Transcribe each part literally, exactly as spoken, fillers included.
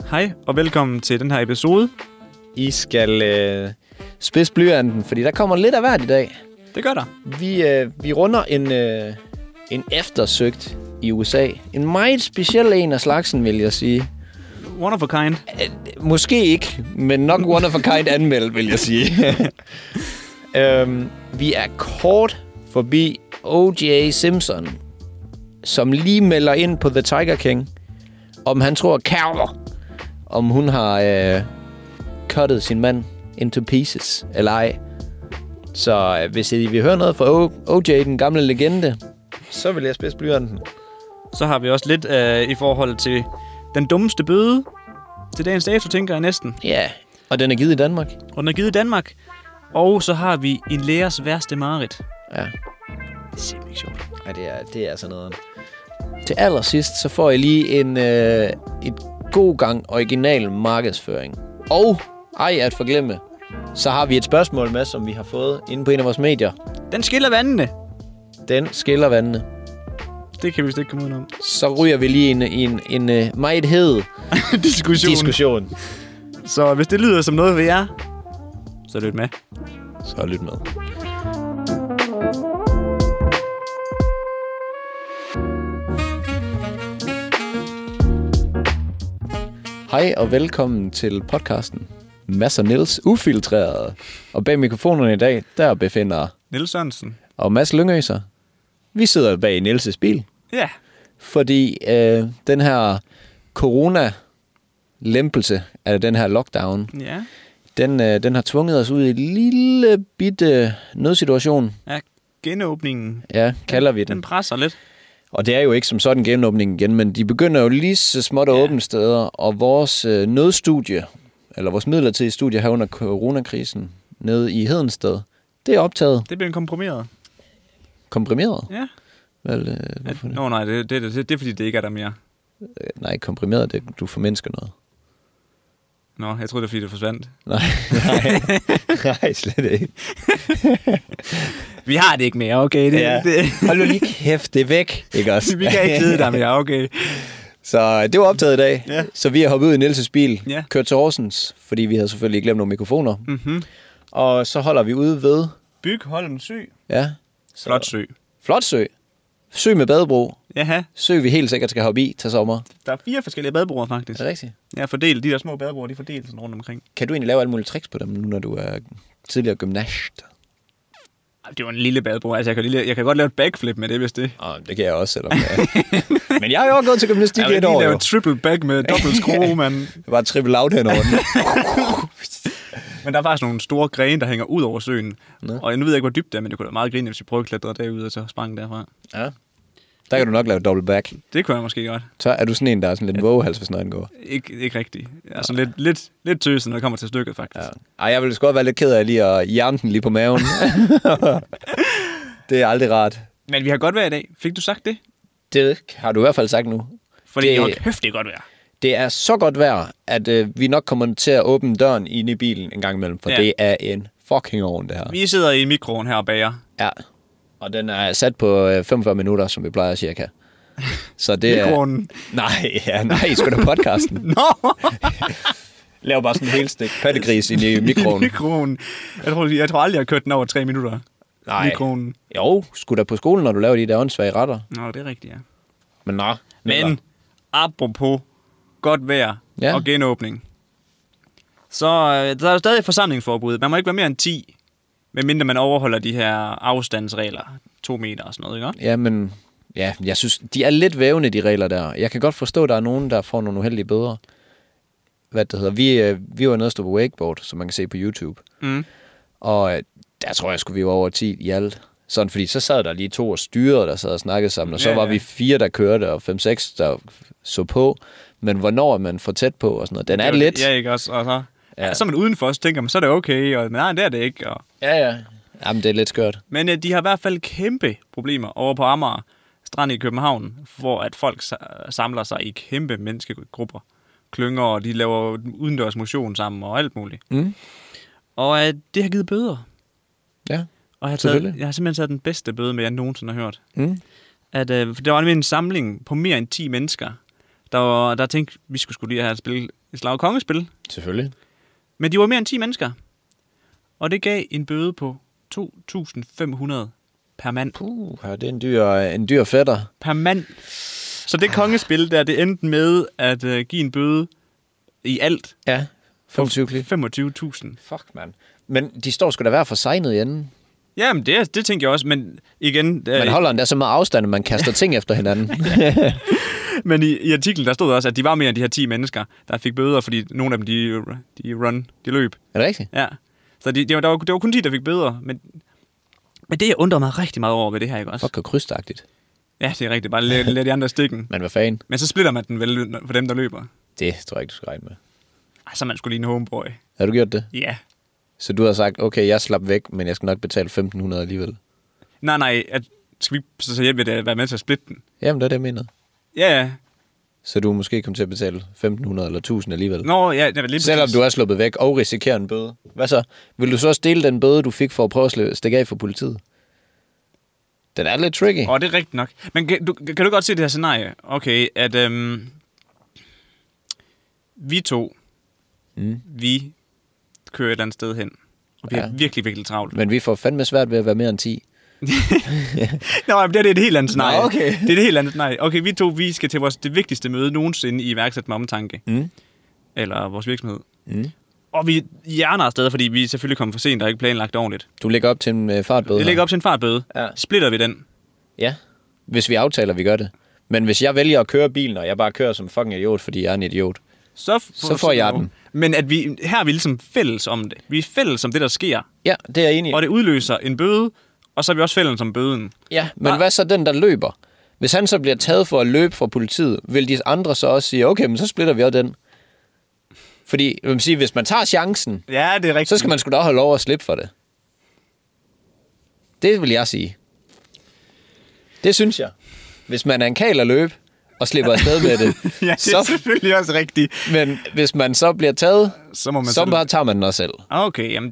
Hej og velkommen til den her episode. I skal øh, spidse blyanten, fordi der kommer lidt af hvert i dag. Det gør der. Vi, øh, vi runder en, øh, en eftersøgt i U S A. En meget speciel en af slagsen, vil jeg sige. One of a kind. Øh, måske ikke, men nok one of a kind anmeldt, vil jeg sige. øhm, vi er kort forbi O J Simpson, som lige melder ind på The Tiger King, om han tror Carver, om hun har øh, cuttet sin mand into pieces, eller ej. Så øh, hvis I vil høre noget fra O J, den gamle legende, så vil jeg spidse blyanten. Så har vi også lidt øh, i forhold til den dummeste bøde til dagens dato, tænker jeg næsten. Ja, yeah. Og den er givet i Danmark. Og den er givet i Danmark. Og så har vi en lærers værste mareridt. Ja. Det er simpelthen ikke sjovt. Ja, det er, det er sådan noget. Til allersidst, så får I lige en øh, et god gang original markedsføring. Og, ej at forglemme, så har vi et spørgsmål med, som vi har fået inde på en af vores medier. Den skiller vandene. Den skiller vandene. Det kan vi vist ikke komme udenom. Så ryger vi lige en, en, en, en meget hed diskussion. diskussion. Så hvis det lyder som noget ved jer, så lyt med. Så lyt med. Hej og velkommen til podcasten Mads og Niels Ufiltreret. Og bag mikrofonerne i dag, der befinder Niels Sørensen og Mads Lyngø sig. Vi sidder bag Niels' bil. Ja. Fordi øh, den her corona-lempelse af den her lockdown, Ja. den, øh, den har tvunget os ud i en lille bitte nødsituation. Ja, genåbningen. Ja, kalder vi den. Den presser lidt. Og det er jo ikke som sådan genåbning igen, men de begynder jo lige så småt at ja. åbne steder, og vores øh, nødstudie, eller vores midlertidige studie her under coronakrisen, nede i Hedensted, det er optaget. Det bliver komprimeret. Komprimeret? Ja. Vel, øh, At, nå nej, det, det, det, det er fordi, det ikke er der mere. øh, nej, komprimeret, det du formindsker noget. Nå, jeg troede, det var fordi, det forsvandt. Nej, nej, nej, slet ikke. Vi har det ikke mere, okay? Det, Ja. det. Hold nu lige kæft, det er væk, ikke også? Vi kan ikke lide der mere, okay? Så det var optaget i dag. Ja. Så vi har hoppet ud i Niels' bil, Ja. kørt til Horsens, fordi vi havde selvfølgelig glemt nogle mikrofoner. Mm-hmm. Og så holder vi ude ved... Byg Holm Sø. Ja. Så, Flot sø. Flot sø. Sø med badebro. Jaha. Sø, vi helt sikkert skal hoppe i til sommer. Der er fire forskellige badebroer, faktisk. Er det rigtigt? Ja, fordelt. De der små badebroer, de er fordelt sådan rundt omkring. Kan du egentlig lave alle mulige tricks på dem, nu når du er tidligere gymnast? Det var en lille badebro. Altså, jeg kan, lille, jeg kan godt lave et backflip med det, hvis det... Åh, det kan jeg også, selvom jeg... Men jeg har jo også gået til gymnastik jeg i et år, Jeg vil jo. lave triple back med dobbelt skrue, mand. Det var et triple out henover den. Men der er faktisk nogle store grene, der hænger ud over søen. Nå. Og nu ved jeg ikke, hvor dybt det er, men det kunne være meget grine, hvis vi prøvede at klatre derud og så sprang derfra. Ja. Der kan du nok lave double back. Det kunne jeg måske godt. Så er du sådan en, der er sådan lidt vågehals, hvis noget går. Ikke, ikke rigtigt. Jeg er sådan lidt, lidt, lidt tøset, når det kommer til stykket, faktisk. Ja. Ej, jeg ville sgu godt være lidt ked af lige at jerne den lige på maven. Det er aldrig rart. Men vi har godt været i dag. Fik du sagt det? Det har du i hvert fald sagt nu. Fordi det, det, kæft, det er godt vejr. det er så godt vejr, at øh, vi nok kommer til at åbne døren inde i bilen en gang imellem, for ja. Det er en fucking ovn, det her. Vi sidder i mikroen her og bager. Ja, og den er sat på øh, femogfyrre minutter, som vi plejer cirka. Så det mikroen? Er... Nej, ja, nej, sgu da podcasten. Nå! Lav bare sådan en hel stik pattegris ind i mikroen. I mikroen. Jeg tror, jeg tror aldrig, jeg har kørt den over tre minutter. Nej. Mikroen. Jo, sgu da på skolen, når du laver de der åndssvage retter. Nå, det er rigtigt, ja. Men nå. Men apropos godt vejr ja. og genåbning, så øh, der er stadig forsamlingsforbud. Man må ikke være mere end ti, medmindre man overholder de her afstandsregler. To meter og sådan noget, ikke? Ja, men ja, jeg synes, de er lidt vævende, de regler der. Jeg kan godt forstå, at der er nogen, der får nogle uheldige bøder. Hvad det hedder. Vi, øh, vi var nede og stå på wakeboard, som man kan se på YouTube. Mm. Og øh, der tror jeg, skulle vi var over ti i alt. Sådan, fordi så sad der lige to og styrede, der sad og snakkede sammen, og så ja, var ja. vi fire, der kørte, og fem, seks, der så på. Men hvornår er man for tæt på, og sådan noget? Den er det, lidt... Ja, ikke også? Og så, ja. Ja, så er man udenfor, så tænker man, så er det okay, og nej, det er det ikke. Og... Ja, ja. Jamen, det er lidt skørt. Men øh, de har i hvert fald kæmpe problemer over på Amager Strand i København, hvor at folk samler sig i kæmpe menneskegrupper, klynger, og de laver udendørs motion sammen og alt muligt. Mm. Og øh, det har givet bøder. Ja, og jeg har, taget, jeg har simpelthen taget den bedste bøde med, jeg nogensinde har hørt. Mm. At, øh, for der var nemlig en samling på mere end ti mennesker, der, var, der tænkte, vi skulle skulle lige have spille et slag kongespil. Selvfølgelig. Men de var mere end ti mennesker. Og det gav en bøde på to tusind fem hundrede per mand. Puh, det er en dyr, en dyr fætter. Per mand. Så det kongespil der, det endte med at uh, give en bøde i alt. Ja, femogtyve femogtyve tusind. Fuck, mand. Men de står sgu da hver for sig nede i enden. Jamen, det, det tænker jeg også, men igen... Der, man holder endda så meget afstand, at man kaster ting efter hinanden. Men i, i artiklen, der stod også, at de var mere end de her ti mennesker, der fik bøder, fordi nogle af dem, de, de run, de løb. Er det rigtigt? Ja. Så de, de, der, var, der var kun ti, der fik bøder, men, men det, jeg undrer mig rigtig meget over ved det her, ikke også? Fuck, og krydstagtigt. Ja, det er rigtigt. Bare lad, lad de andre stikken. Men hvad fanden? Men så splitter man den vel for dem, der løber. Det tror jeg ikke, du skal regne med. Ej, så er man skulle lige en homeboy. Har du gjort det? Ja. Så du har sagt, okay, jeg slap væk, men jeg skal nok betale femten hundrede alligevel. Nej, nej. At, skal vi så, så hjælpe at være med til at splitte den? Jamen, det er det, jeg mener. Ja, ja. Så du måske kommer til at betale femten hundrede eller tusind alligevel. Nå, ja, det var lige selvom du er sluppet væk og risikerer en bøde. Hvad så? Vil du så også dele den bøde, du fik for at prøve at stikke af for politiet? Den er lidt tricky. Åh, oh, det er rigtigt nok. Men kan du, kan du godt se det her scenarie? Okay, at øhm, vi to, mm. vi kører et eller andet sted hen, og vi ja. er virkelig, virkelig travlt. Men vi får fandme svært ved at være mere end ti. Nå, det er et helt andet scenarie. Nå, okay. Det er et helt andet scenarie. Okay, vi to, vi skal til vores det vigtigste møde nogensinde i iværksæt med omtanke. Mm. Eller vores virksomhed. Mm. Og vi hjerner afsted, fordi vi selvfølgelig kommer for sent og ikke planlagt ordentligt. Du lægger op til en uh, fartbøde? Jeg lægger op til en fartbøde. Ja. Splitter vi den? Ja, hvis vi aftaler, vi gør det. Men hvis jeg vælger at køre bilen, og jeg bare kører som fucking idiot, fordi jeg er en idiot, så, f- så får jeg den. Men at vi, her er vi ligesom fælles om det. Vi er fælles om det, der sker. Ja, det er jeg enig i. Og det udløser en bøde, og så er vi også fælles om bøden. Ja, men hvad så den, der løber? Hvis han så bliver taget for at løbe fra politiet, vil de andre så også sige, okay, men så splitter vi også den. Fordi, jeg vil sige, hvis man tager chancen, ja, det er rigtigt. Så skal man sgu da have lov at slippe for det. Det vil jeg sige. Det synes jeg. Hvis man er en kal at løbe, og slipper afsted med det. Ja, det er så, selvfølgelig også rigtigt. Men hvis man så bliver taget, så, må man så bare tager man den også selv. Okay, jamen...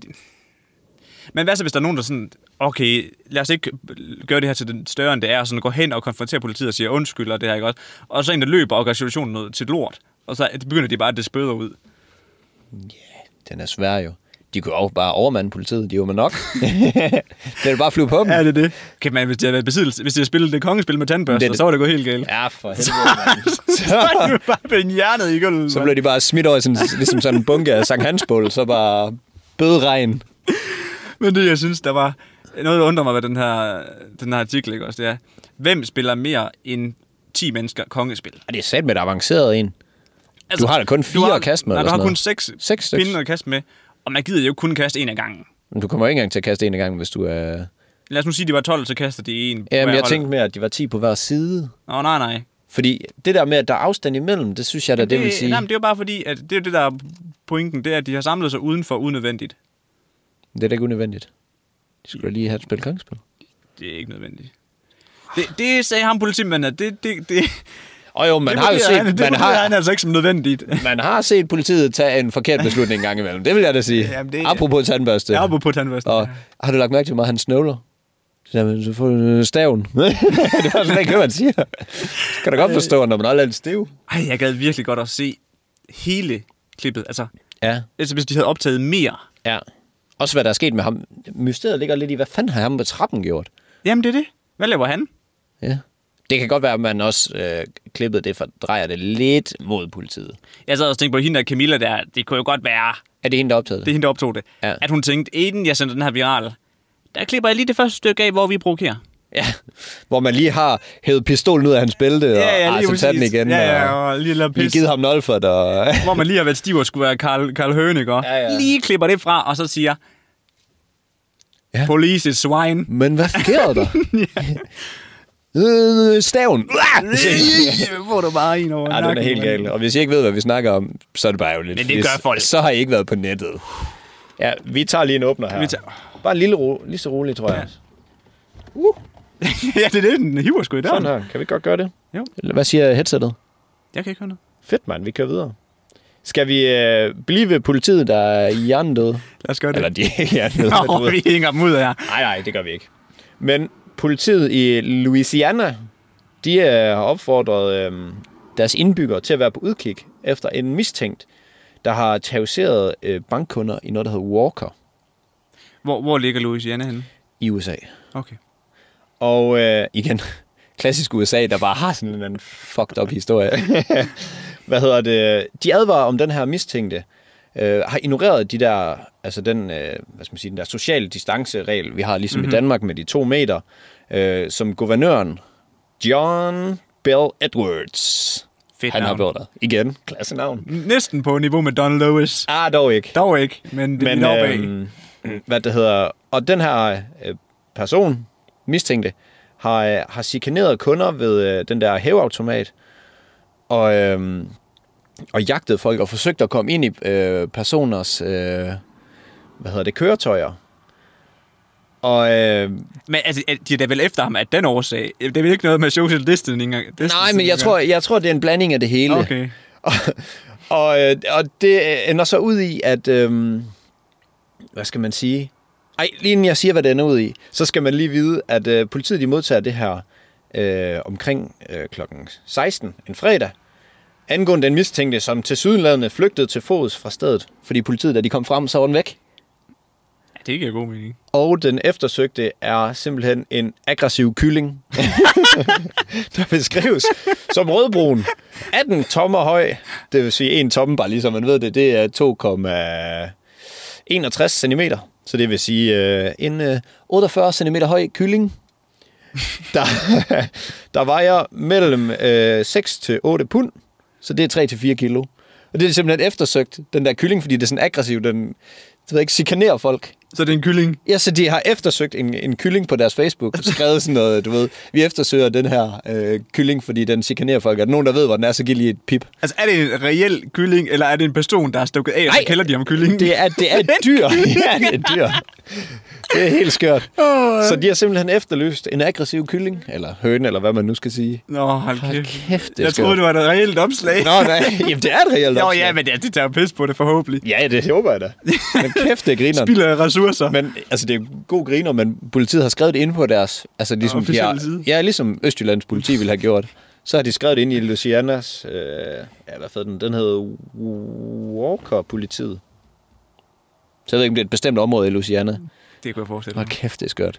Men hvad så, hvis der er nogen, der sådan... Okay, lad os ikke gøre det her til den større, end det er, og sådan gå hen og konfrontere politiet og sige undskyld, og det her, ikke også? Og så en, der løber og gør situationen noget til lort. Og så begynder de bare at despøder ud. Ja, yeah, den er svær jo. De kunne jo bare overmande politiet, de er jo med nok. Det er bare at flyve på dem. Ja, det er det. Okay, man, hvis de havde besiddelse, hvis de havde spillet det kongespil med tandbørster, så var det gået helt galt. Ja, for helvede, mand. Så, så er de bare blevet hjernet i gulvet. Så blev de bare smidt over sådan, ligesom sådan en bunke af Sankt Hansbål, så bare bøderegn. Men det, jeg synes, der var noget, der undrer mig ved den her, den her artikel, ikke også, det er, hvem spiller mere end ti mennesker kongespil? Og det er sat med et avanceret en. Altså, du har da kun fire at kaste med. Nej, eller du har sådan kun seks, seks pinde at kaste med, og man gider jo kun kaste en af gangen. Men du kommer ikke engang til at kaste en af gangen, hvis du er... Lad os nu sige, at de var tolv, så kaster de en. Ja, men jeg hold. tænkte mere, at de var ti på hver side. Åh, oh, nej, nej. Fordi det der med, at der er afstand imellem, det synes jeg da, det, det vil sige... Nej, men det er jo bare fordi, at det er det, der er pointen, det er, at de har samlet sig uden for unødvendigt. Det er da ikke unødvendigt. De skulle da lige have et spil kongespil. Det er ikke nødvendigt. Det, det sagde ham politimanden, at det... det, det Og jo, man det har jo set... Han, det man har han altså ikke som nødvendigt. Man har set politiet tage en forkert beslutning en gang imellem. Det vil jeg da sige. Jamen, det, apropos tandbørste. Ja, apropos tandbørste. Og har du lagt mærke til, hvor meget han snøvler? Så får du staven. Det var sådan ikke, hvad man siger. Så kan da godt forstå, når man aldrig er lidt stiv. Ej, jeg gad virkelig godt at se hele klippet. Altså, ja. Altså, hvis de havde optaget mere. Ja. Også hvad der er sket med ham. Mysteriet ligger lidt i, hvad fanden har ham på trappen gjort? Jamen, det er det. Hvad laver han? Ja. Det kan godt være, at man også øh, klippet det, fordrejer det lidt mod politiet. Jeg sad også tænkt på, at hende der Camilla der, det kunne jo godt være... Er det hende, der optagede det? Det er hende, der optog det. Ja. At hun tænkte, inden jeg sendte den her viral, der klipper jeg lige det første stykke af, hvor vi provokerer. Ja, hvor man lige har hævet pistolen ud af hans bælte, ja, ja, og altså taget den igen, ja, ja, og, og lige, lige givet ham nul for det. Og... hvor man lige har været stiv og skulle være Karl, Karl Hønig, og ja, ja. Lige klipper det fra, og så siger, ja. Police is swine. Men hvad sker der? øh, staven. Hvor du bare en over ja, nakken. Ja, den er helt gal. Og hvis I ikke ved, hvad vi snakker om, så er det bare jo lidt... Men det gør folk. Så har I ikke været på nettet. Ja, vi tager lige en åbner her. Vi tager... Bare en lille ro, lige så roligt, tror jeg. Ja. Uh. Ja, det er det, den hiver sgu i døren. Sådan her. Kan vi godt gøre det? Jo. Hvad siger headsettet? Jeg kan ikke høre noget. Fedt, mand. Vi kører videre. Skal vi øh, blive ved politiet, der er hjernedøde? Lad os gøre det. Eller de er hjernedøde. Nå, vi hænger dem ud af her. Nej, nej, det gør vi ikke. Men politiet i Louisiana, de øh, har opfordret øh, deres indbyggere til at være på udkig efter en mistænkt der har terroriseret øh, bankkunder i noget, der hedder Walker. Hvor, hvor ligger Louisiana henne? I U S A. Okay. Og øh, igen, klassisk U S A, der bare har sådan en fucked up historie. Hvad hedder det? De advarer om den her mistænkte, øh, har ignoreret de der, altså den, øh, hvad skal man sige, den der sociale distanceregel, vi har ligesom mm-hmm. i Danmark med de to meter, øh, som guvernøren John Bell Edwards, Fedt han navn. har gjort. Igen, klasse navn. Næsten på niveau med Don Lewis. Ah, dog ikke. Dog ikke, men det Men, er øh, hvad det hedder, og den her øh, person, mistænkte, har, øh, har chikaneret kunder ved øh, den der hæveautomat, og, øh, og jagtet folk, og forsøgt at komme ind i øh, personers, øh, hvad hedder det, køretøjer. Og, øh, Men altså, de er da vel efter ham af den årsag. Det er vel ikke noget med social distancing? nej, men jeg tror, jeg tror, det er en blanding af det hele. Okay. Og, og, øh, og det ender så ud i, at, øh, hvad skal man sige? Ej, lige inden jeg siger, hvad det ender ud i, så skal man lige vide, at øh, politiet de modtager det her øh, omkring øh, klokken seksten en fredag, angående den mistænkte, som til sydenladende flygtede til fods fra stedet, fordi politiet, da de kom frem, så var den væk. Ja, det giver god mening. Og den eftersøgte er simpelthen en aggressiv kylling, der beskrives som rødbrun, atten tommer høj, det vil sige en tomme, bare ligesom man ved det, det er to komma enogtres centimeter. Så det vil sige øh, en øh, otteogfyrre centimeter høj kylling, der, der vejer mellem øh, seks til otte pund, så det er tre til fire kilo. Og det er simpelthen eftersøgt, den der kylling, fordi det er sådan aggressivt, den ved ikke, chikanerer folk. Så det er en kylling? Ja, så de har eftersøgt en, en kylling på deres Facebook, skrevet sådan noget, du ved, vi eftersøger den her øh, kylling, fordi den chikanerer folk. Er der nogen, der ved, hvor den er, så giv lige et pip. Altså, er det en reel kylling, eller er det en person, der er stukket af, og så kalder de ham kylling? Det er, det er et dyr. Ja, det er et dyr. Det er helt skørt. Oh, ja. Så de har simpelthen efterløst en aggressiv kylling, eller høne, eller hvad man nu skal sige. Nå, hold kæft. Hold kæft, det jeg troede, det var et reelt opslag. Nå, nej. Jamen, det er et reelt opslag. Nå, ja, men det, det tager pis på det forhåbentlig. Ja, det håber jeg da. Men kæft, det griner. Spilder ressourcer. Men, altså, det er god griner, men politiet har skrevet det ind på deres, altså ligesom, de har, ja, ligesom Østjyllands politi ville have gjort. Så har de skrevet det ind i Louisianas, øh, ja, hvad den? Den hedder Walker-politiet. Så jeg ved ikke, om det er et bestemt område i Louisiana. Det kunne jeg forestille mig. Hold kæft, det er skørt.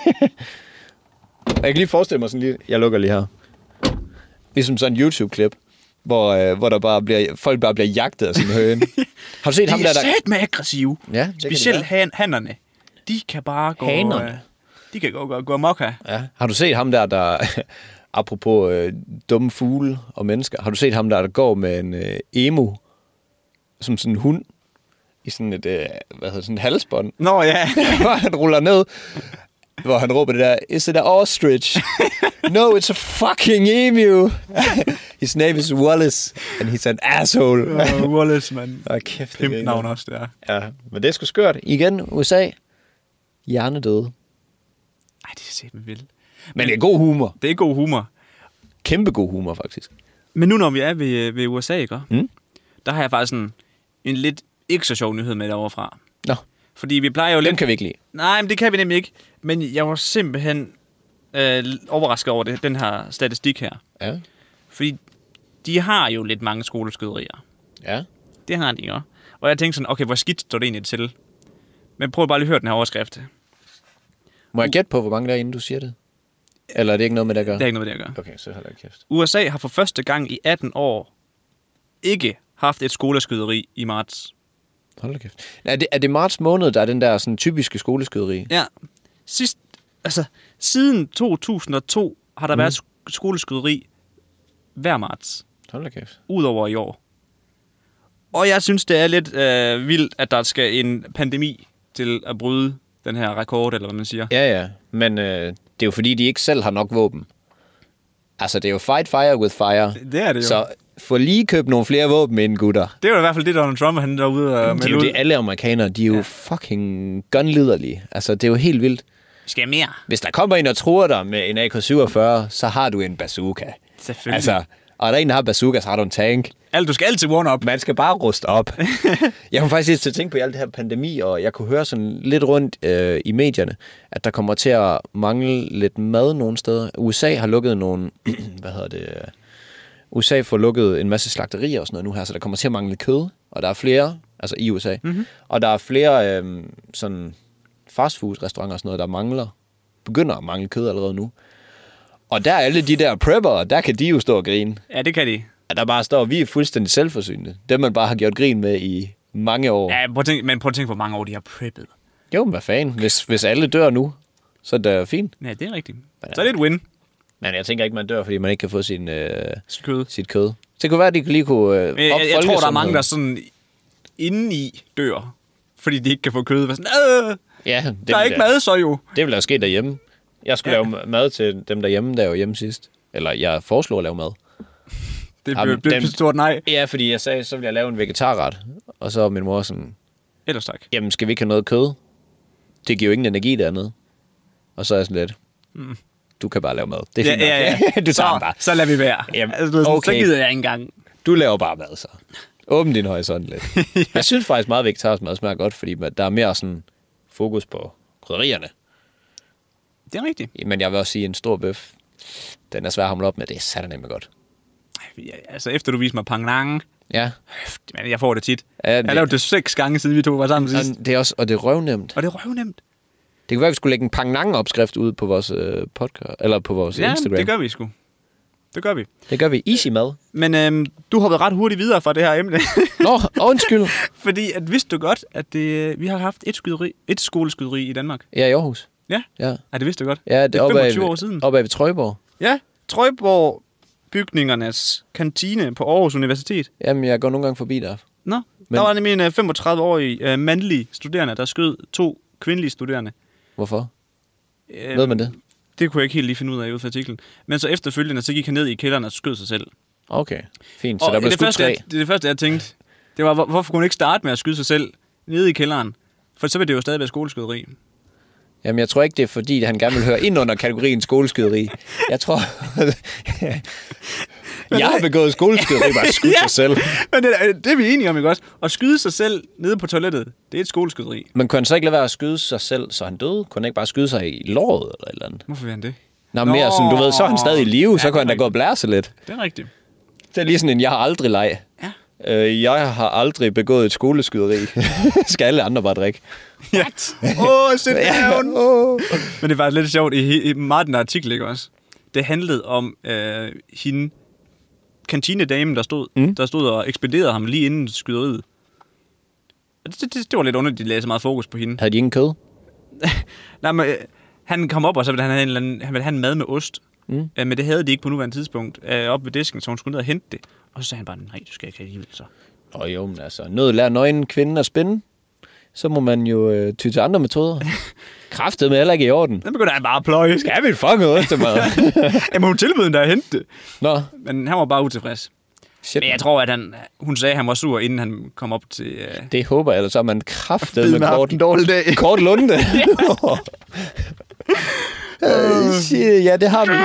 Jeg kan lige forestille mig sådan lige, jeg lukker lige her. Ligesom sådan en YouTube-klip, hvor, øh, hvor der bare bliver, folk bare bliver jagtet af sådan en høne. Har du set de ham der, der... De er sat med aggressive. Ja, specielt han, hannerne. De kan bare gå... Hanerne? Øh, de kan gå, gå, gå amok her. Ja. Har du set ham der, der... apropos øh, dumme fugle og mennesker. Har du set ham der, der går med en øh, emu, som sådan en hund, i sådan et, øh, hvad hedder sådan et halsbånd? Nå ja. Hvor han ruller ned, hvor han råber det der, is it an ostrich? No, it's a fucking emu. His name is Wallace, and he's an asshole. Oh, Wallace, man. Åh, kæft. Pimp navn også, det er. Ja, men det er sgu skørt. Igen, U S A. Hjernedøde. Ej, det er simpelthen vildt. Men det er god humor. Det er god humor. Kæmpe god humor, faktisk. Men nu, når vi er ved, ved U S A, ikke? Mm? Der har jeg faktisk en, en lidt ikke så sjov nyhed med derovre fra. Nå. Fordi vi plejer jo lidt... Dem kan vi ikke lide. Nej, men det kan vi nemlig ikke. Men jeg var simpelthen øh, overrasket over det, den her statistik her. Ja. Fordi de har jo lidt mange skoleskyderier. Ja. Det har de jo. Og jeg tænkte sådan, okay, hvor skidt står det egentlig til? Men prøv bare lige at høre den her overskrift. Må jeg gætte på, hvor mange der er, inden du siger det? Eller er det ikke noget med det at gøre? Det er ikke noget med det at gøre. Okay, så holder jeg kæft. U S A har for første gang i atten år ikke haft et skoleskyderi i marts. Hold da kæft. Er det, er det marts måned, der er den der sådan typiske skoleskyderi? Ja. Sidst, altså, siden to tusind og to har der mm. været skoleskyderi hver marts. Hold da kæft. Udover i år. Og jeg synes, det er lidt øh, vildt, at der skal en pandemi til at bryde den her rekord, eller hvad man siger. Ja, ja. Men øh, det er jo fordi, de ikke selv har nok våben. Altså, det er jo fight fire with fire. Det er det jo. Så få lige købt nogle flere våben ind, gutter. Det er jo i hvert fald det, Donald Trump han derude og det er jo det, alle amerikanere, de er jo ja. fucking gunliderlige. Altså, det er jo helt vildt. Skal jeg mere? Hvis der kommer en og truer dig med en A K syvogfyrre, så har du en bazooka. Selvfølgelig. Altså, og der er en, der har bazooka, så har du en tank. Altså, du skal altid warn up. Man skal bare ruste op. Jeg kunne faktisk til at tænke på i alt det her pandemi, og jeg kunne høre sådan lidt rundt øh, i medierne, at der kommer til at mangle lidt mad nogle steder. U S A har lukket nogle, hvad hedder det, U S A får lukket en masse slagterier og sådan noget nu her, så der kommer til at mangle kød og der er flere, altså i U S A, mm-hmm. og der er flere øh, sådan fastfood-restauranter og sådan noget, der mangler, begynder at mangle kød allerede nu. Og der er alle de der preppere, der kan de jo stå og grine. Ja, det kan de. At der bare står, vi er fuldstændig selvforsynende. Dem man bare har gjort grin med i mange år. Ja, prøv at tænke, men prøv at tænke, hvor mange år de har preppet. Jo, men hvad fanden? Hvis, hvis alle dør nu, så er det fint. Ja, det er rigtigt. Så er det et win. Men jeg tænker ikke, man dør, fordi man ikke kan få sin, øh, kød. sit kød. Så det kunne være, at de lige kunne øh, jeg, jeg, jeg tror, der er mange, der sådan indeni dør, fordi de ikke kan få kød. Sådan, øh, ja, det der er ikke mad så jo. Det vil da ske derhjemme. Jeg skulle ja. lave mad til dem derhjemme, der var hjemme sidst. Eller jeg foreslog at lave mad. Det blev, blev et stort nej. Ja, fordi jeg sagde, så vil jeg lave en vegetarret. Og så var min mor sådan... Ellers tak. Jamen, skal vi ikke have noget kød? Det giver jo ingen energi dernede. Og så er jeg sådan lidt... Mm. Du kan bare lave mad. Det er fint ja, ja, ja. Du tager så, bare. Så lader vi være. Jamen, altså, sådan, okay. Så gider jeg ikke engang. Du laver bare mad, så. Åbn din horisont lidt. ja. Jeg synes faktisk meget vegetarisk mad smager godt, fordi der er mere sådan fokus på krydderierne. Det er rigtigt. Men jeg vil også sige, en stor bøf, den er svær at hamle op med. Det er satan nemlig godt. Ja, altså, efter du viste mig Penang, ja. Men jeg får det tit. Ja, det... Jeg har lavet det seks gange, siden vi to var sammen sidst. Det er også, og det er røvnemt. Og det er røvnemt. Det kan være, at vi skulle lægge en Penang-opskrift ud på vores øh, podcast, eller på vores ja, Instagram. Ja, det gør vi sgu. Det gør vi. Det gør vi. Easy mad. Men øhm, du hoppede ret hurtigt videre fra det her emne. Nå, undskyld. Fordi at vidste du godt, at det, vi har haft et, skyderi, et skoleskyderi i Danmark? Ja, i Aarhus. Ja? Ja. Ja, det vidste du godt. Ja, det, det er femogtyve af, år siden. Oppe ved Trøjborg. Ja, Trøjborg bygningernes kantine på Aarhus Universitet. Jamen, jeg går nogle gange forbi der. Nå, Men... der var nemlig en femogtredive-årig uh, mandlig studerende, der skød to kvindelige studerende. Hvorfor? Øh, Ved man det? Det kunne jeg ikke helt lige finde ud af ud fra artiklen. Men så efterfølgende, så gik han ned i kælderen og skød sig selv. Okay, fint. Så og der blev det skudt første, tre. jeg, det, det første, jeg tænkte, det var, hvor, hvorfor kunne hun ikke starte med at skyde sig selv nede i kælderen? For så vil det jo stadig være skoleskyderi. Jamen, jeg tror ikke, det er fordi, han gerne vil høre ind under kategorien skoleskyderi. Jeg tror... jeg har begået skoleskyderi, bare skudt ja, sig selv. Men det, det er vi enige om, ikke også? At skyde sig selv nede på toilettet, det er et skoleskyderi. Men kunne han så ikke lade være at skyde sig selv, så han døde? Kunne han ikke bare skyde sig i låret eller et eller andet? Hvorfor vil han det? Nå, Nå mere sådan, du ved, så er han stadig i live, ja, så kan han da gå og blære sig lidt. Det er rigtigt. Det er lige sådan en, jeg har aldrig leg. Ja. Øh, jeg har aldrig begået et skoleskyderi. Skal alle andre bare drikke? Ja. Åh, oh, sit down! Oh. Men det var lidt sjovt, i, i meget den der artikel, ikke også? Det handlede om øh, hende, kantinedamen, der stod, mm. der stod og ekspederede ham lige inden skyderiet. Det, det, det var lidt underligt, de lagde så meget fokus på hende. Havde de ingen kød? Nej, men øh, han kom op, og så ville han have en, eller anden, han ville have en mad med ost. Mm. Øh, men det havde de ikke på nuværende tidspunkt øh, op ved disken, så hun skulle ned og hente det. Og så sagde han bare, nej, du skal ikke alligevel så. Nå jo, men altså, nød lærer nøgen kvinden at spænde. Så må man jo øh, ty til andre metoder. Kræftet med heller ikke i orden. Den begynder han bare at pløje. Skal vi fucking ostemad? Jamen, hun tilbød der at hente det. Nå. Men han var bare utilfreds. Shit, men jeg tror, at han, hun sagde, at han var sur, inden han kom op til... Uh... Det håber jeg, ellers så er man kraftet med kort, en dårlig dag. Kort Lunde. uh, shit, ja, det har vi.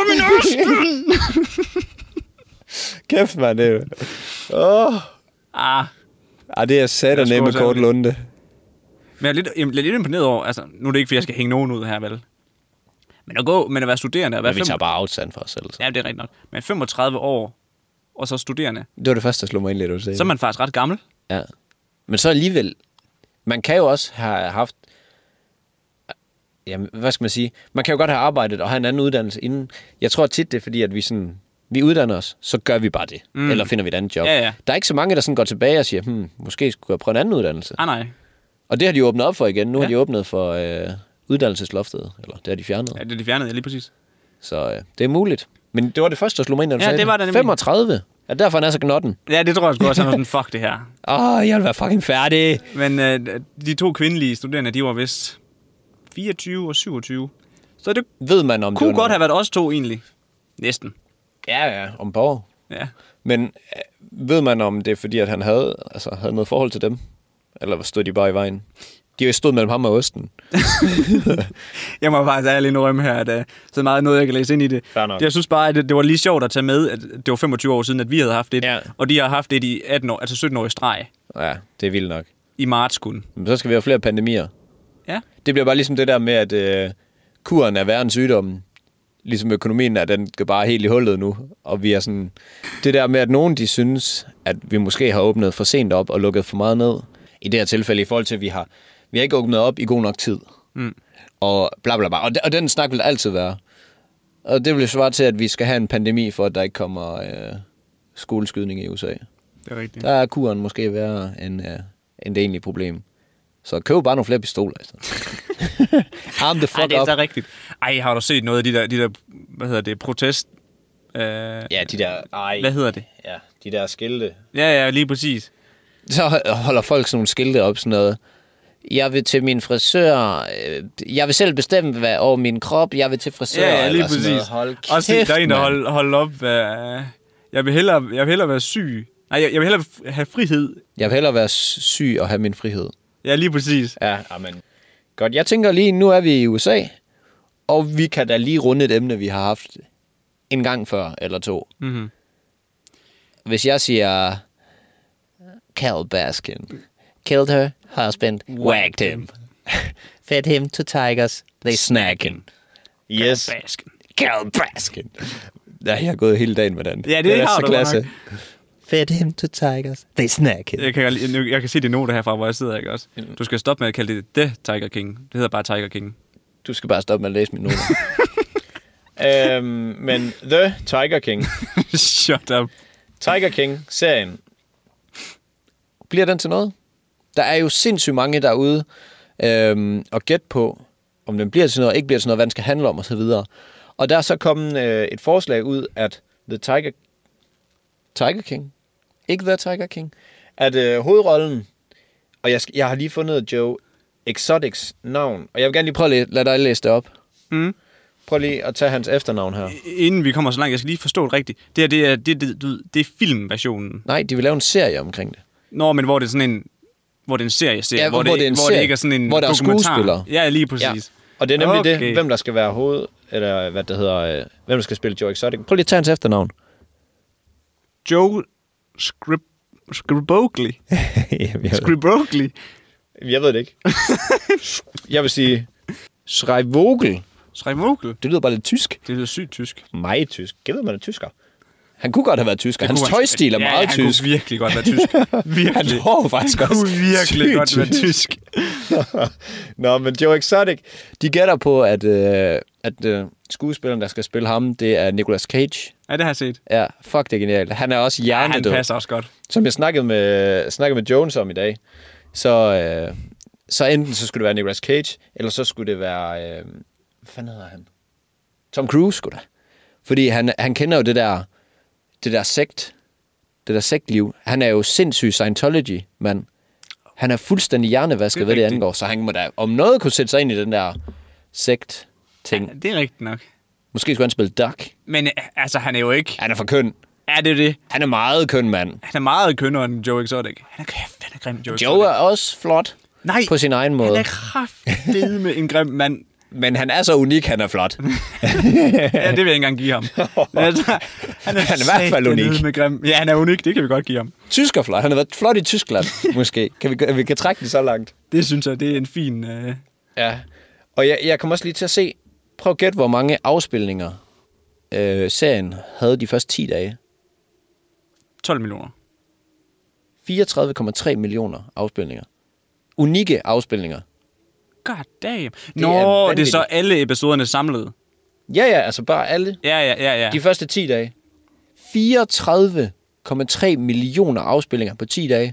Kæft, man, det Åh. Oh. Ah. Ah, det er sat ned med Kort Lunde. Men jeg er lidt, jeg er lidt imponeret over, altså, nu er det ikke, fordi jeg skal hænge nogen ud her, vel? Men at gå, men at være studerende... At være men vi tager bare afstand for os selv. Så. Ja, det er rigtigt nok. Men femogtredive år, og så studerende... Det var det første, der slog mig ind lidt, du sagde. Så er man faktisk ret gammel. Ja. Men så alligevel... Man kan jo også have haft... Jamen, hvad skal man sige? Man kan jo godt have arbejdet og have en anden uddannelse inden. Jeg tror tit, det er fordi, at vi sådan... Vi uddanner os, så gør vi bare det. Mm. Eller finder vi et andet job. Ja, ja. Der er ikke så mange, der sådan går tilbage og siger, hmm, måske skulle jeg prøve en anden uddannelse. Ah, nej. Og det har de åbnet op for igen. Nu ja. har de åbnet for øh, uddannelsesloftet. Eller det har de fjernet. Ja, det har de fjernet, ja, lige præcis. Så øh, det er muligt. Men det var det første, der slog mig ind, når du ja, sagde det. Var det femogtredive. Ja, derfor er han er så knotten. Ja, det tror jeg sgu også, han var sådan, fuck det her. Åh, oh, jeg vil være fucking færdig. Men øh, de to kvindelige studerende, de var vist fireogtyve og syvogtyve. Så det ved man om kunne det godt noget. Have været os to egentlig. Næsten. Ja, ja, om på år. Ja. Men øh, ved man om det er fordi, at han havde, altså, havde noget forhold til dem? Eller stod de bare i vejen? De jo stod mellem ham og osten. Jeg må faktisk ærligt indrømme her, at uh, så meget noget, jeg kan læse ind i det. Jeg synes bare, at det, det var lige sjovt at tage med, at det var femogtyve år siden, at vi havde haft det. Ja. Og de har haft det i atten år, altså sytten år i streg. Ja, det er vildt nok. I marts kun. Men så skal vi have flere pandemier. Ja. Det bliver bare ligesom det der med, at uh, kuren er værre end sygdommen. ligesom økonomien er, den går bare helt i hullet nu. Og vi er sådan... Det der med, at nogen de synes, at vi måske har åbnet for sent op og lukket for meget ned. I det her tilfælde, i forhold til, at vi har, vi har ikke åbnet op i god nok tid. Mm. Og bla bla bla. Og, de, og den snak vil altid være. Og det vil svare til, at vi skal have en pandemi, for at der ikke kommer øh, skoleskydning i U S A. Det er rigtigt. Der er kuren måske værre end, øh, end det egentlige problem. Så køb bare nogle flere pistoler i stedet. Arm the fuck Ej, det er up. så rigtigt. Ej, har du set noget af de der, de der hvad hedder det, protest? Øh, Ja, de der... Ej, hvad hedder det? ja, de der skilte. Ja, ja, lige præcis. Så holder folk sådan nogle skilte op, sådan noget. Jeg vil til min frisør. øh, Jeg vil selv bestemme hvad, over min krop. Jeg vil til frisør. Ja, ja, lige eller sådan noget. præcis. Hold Også kæft, der er en, der mand. holder hold op. Uh, jeg, vil hellere, jeg vil hellere være syg. Nej, jeg, jeg vil hellere have frihed. Jeg vil hellere være syg og have min frihed. Ja, lige præcis. Ja, amen. Godt, jeg tænker lige, nu er vi i U S A, og vi kan da lige runde et emne, vi har haft en gang før, eller to. Mm-hmm. Hvis jeg siger, Carole Baskin killed her husband, whacked him, fed him to tigers, they snacking. Yes, Basken. Carole Baskin. Ja, jeg har gået hele dagen med den. Ja, det den er har så du klasse. godt Fed him to tigers, they snacking. Jeg kan, jeg, jeg kan se de noter herfra, hvor jeg sidder, ikke også? Du skal stoppe med at kalde det The Tiger King. Det hedder bare Tiger King. Du skal bare stoppe med at læse mine noter. øhm, men The Tiger King. Shut up. Tiger King-serien. Bliver den til noget? Der er jo sindssygt mange derude øhm, og gæt på, om den bliver til noget, ikke bliver til noget, hvad den skal handle om, og så videre. Og der er så kommet øh, et forslag ud, at The Tiger... Tiger King? Ikke The Tiger King. At øh, hovedrollen... Og jeg, jeg har lige fundet Joe Exotics navn, og jeg vil gerne lige prøve at lade dig læse det op. Mm. Prøv lige at tage hans efternavn her. Inden vi kommer så langt, jeg skal lige forstå det rigtigt. Det her, det er, det, det, det, det er filmversionen. Nej, de vil lave en serie omkring det. Nå, men hvor det er sådan en... Hvor det er en serie-serie. Ja, hvor, hvor det, det er en hvor serie, det ikke er sådan en hvor der er dokumentar. skuespillere. Ja, lige præcis. Ja. Og det er nemlig okay. det, hvem der skal være hoved, eller hvad det hedder, øh, hvem der skal spille Joe Exotic. Prøv lige at tage hans efternavn. Joe Scrib... Scribogli. Scribogli. Jeg ved det ikke. Jeg vil sige Schreivogel. Scribogli. Det lyder bare lidt tysk. Det lyder sygt tysk. Meget tysk. Jeg ved, man er tysker. Han kunne godt have været tysker. Hans han- tøjstil er ja, meget han tysk. kunne virkelig godt være tysk. Virkelig. Han hår faktisk Han også kunne virkelig sygt godt være tysk. Nå, men Joe Exotic, de gætter på, at, øh, at øh, skuespilleren, der skal spille ham, det er Nicolas Cage. Ja, det har jeg set. Ja, fuck, det er genialt. Han er også Ja, han hjernedød. passer også godt. Som jeg snakkede med, snakkede med Jones om i dag, så, øh, så enten så skulle det være Nicolas Cage, eller så skulle det være... Øh, hvad fanden hedder han? Tom Cruise, skulle da. Fordi han, han kender jo det der, det der sekt, det der sektliv. Han er jo sindssyg Scientology-mand. Han er fuldstændig hjernevasket, hvad det rigtigt. angår, så han må da om noget kunne sætte sig ind i den der sekt-ting. Ja, det er rigtigt nok. Måske skulle han spille Duck. Men øh, altså, han er jo ikke... Han er for køn. Er det det? Han er meget køn, mand. Han er meget kønnere end Joe Exotic. Han er kæft, han er grim, Joe Exotic. Joe er også flot. Nej, på sin egen måde. han er kraftedeme en grim mand. Men han er så unik, han er flot. Ja, det vil jeg ikke engang give ham. Altså, han er, Han er i hvert fald unik. med grim. Ja, han er unik, det kan vi godt give ham. Tysker flot. Han har været flot i Tyskland, måske. Kan vi, vi kan trække det så langt. Det synes jeg, det er en fin... Uh... Ja. Og jeg, jeg kommer også lige til at se... Prøv at gætte, hvor mange afspilninger øh, serien havde de første ti dage. tolv millioner. fireogtredive komma tre millioner afspilninger. Unikke afspilninger. God damn. er Nå, det er vanvittigt. så alle episoderne samlet. Ja, ja, altså bare alle. Ja, ja, ja, ja. De første ti dage. fireogtredive komma tre millioner afspillinger på ti dage.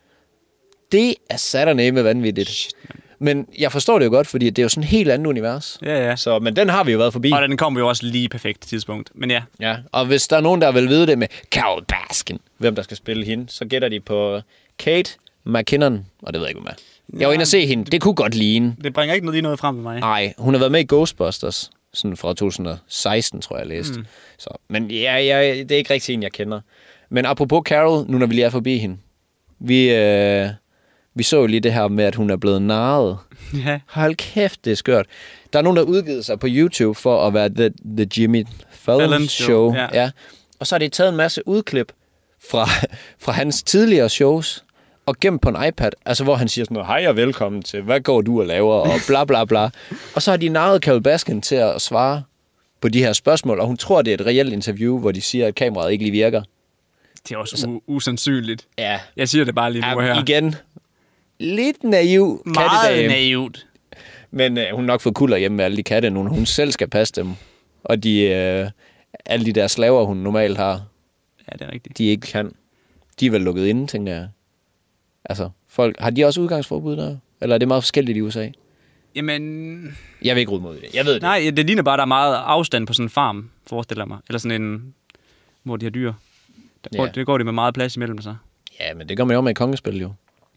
Det er sataneme vanvittigt. Shit, Men jeg forstår det jo godt, fordi det er jo sådan et helt andet univers. Ja, ja. Så, men den har vi jo været forbi. Og den kommer jo også lige perfekt tidspunkt. Men ja. Ja, og hvis der er nogen, der vil vide det med Carole Baskin, hvem der skal spille hende, så gætter de på Kate McKinnon, og det ved jeg ikke, hvad med. Jeg var inde og se hende. Det kunne godt ligne. Det bringer ikke noget lige noget frem med mig. Nej, hun har været med i Ghostbusters, sådan fra to tusind og seksten, tror jeg, jeg læste. Mm. Så, men ja, ja, det er ikke rigtig en, jeg kender. Men apropos Carol, nu når vi lige er forbi hende. Vi, øh, vi så jo lige det her med, at hun er blevet narret. Ja. Hold kæft, det er skørt. Der er nogen, der udgivet sig på YouTube for at være The, the Jimmy Fallon, Fallon Show. Show, Ja. ja. Ja. Og så har de taget en masse udklip fra, fra hans tidligere shows og gemt på en iPad, altså hvor han siger sådan noget, hej og velkommen til, hvad går du og laver, og bla bla bla. Og så har de narret Carole Baskin til at svare på de her spørgsmål, og hun tror, det er et reelt interview, hvor de siger, at kameraet ikke lige virker. Det er også altså, u- usandsynligt. Ja. Jeg siger det bare lige nu ja, her. Igen, lidt naiv Meget kattedame. naivt. Men øh, hun har nok fået kulder hjemme med alle de katte, nu hun selv skal passe dem. Og de, øh, alle de der slaver, hun normalt har, Ja, det er rigtigt. de ikke kan. De er vel lukket inde, tænker jeg. Altså, folk, har de også udgangsforbud der? Eller er det meget forskelligt i U S A? Jamen... Jeg vil ikke råde mod det. Jeg ved det. Nej, det ligner bare, at der er meget afstand på sådan en farm, forestiller mig. Eller sådan en, hvor de har dyr. Der går, Ja. det går de med meget plads imellem sig. Ja, men det gør man jo med i kongespil, jo.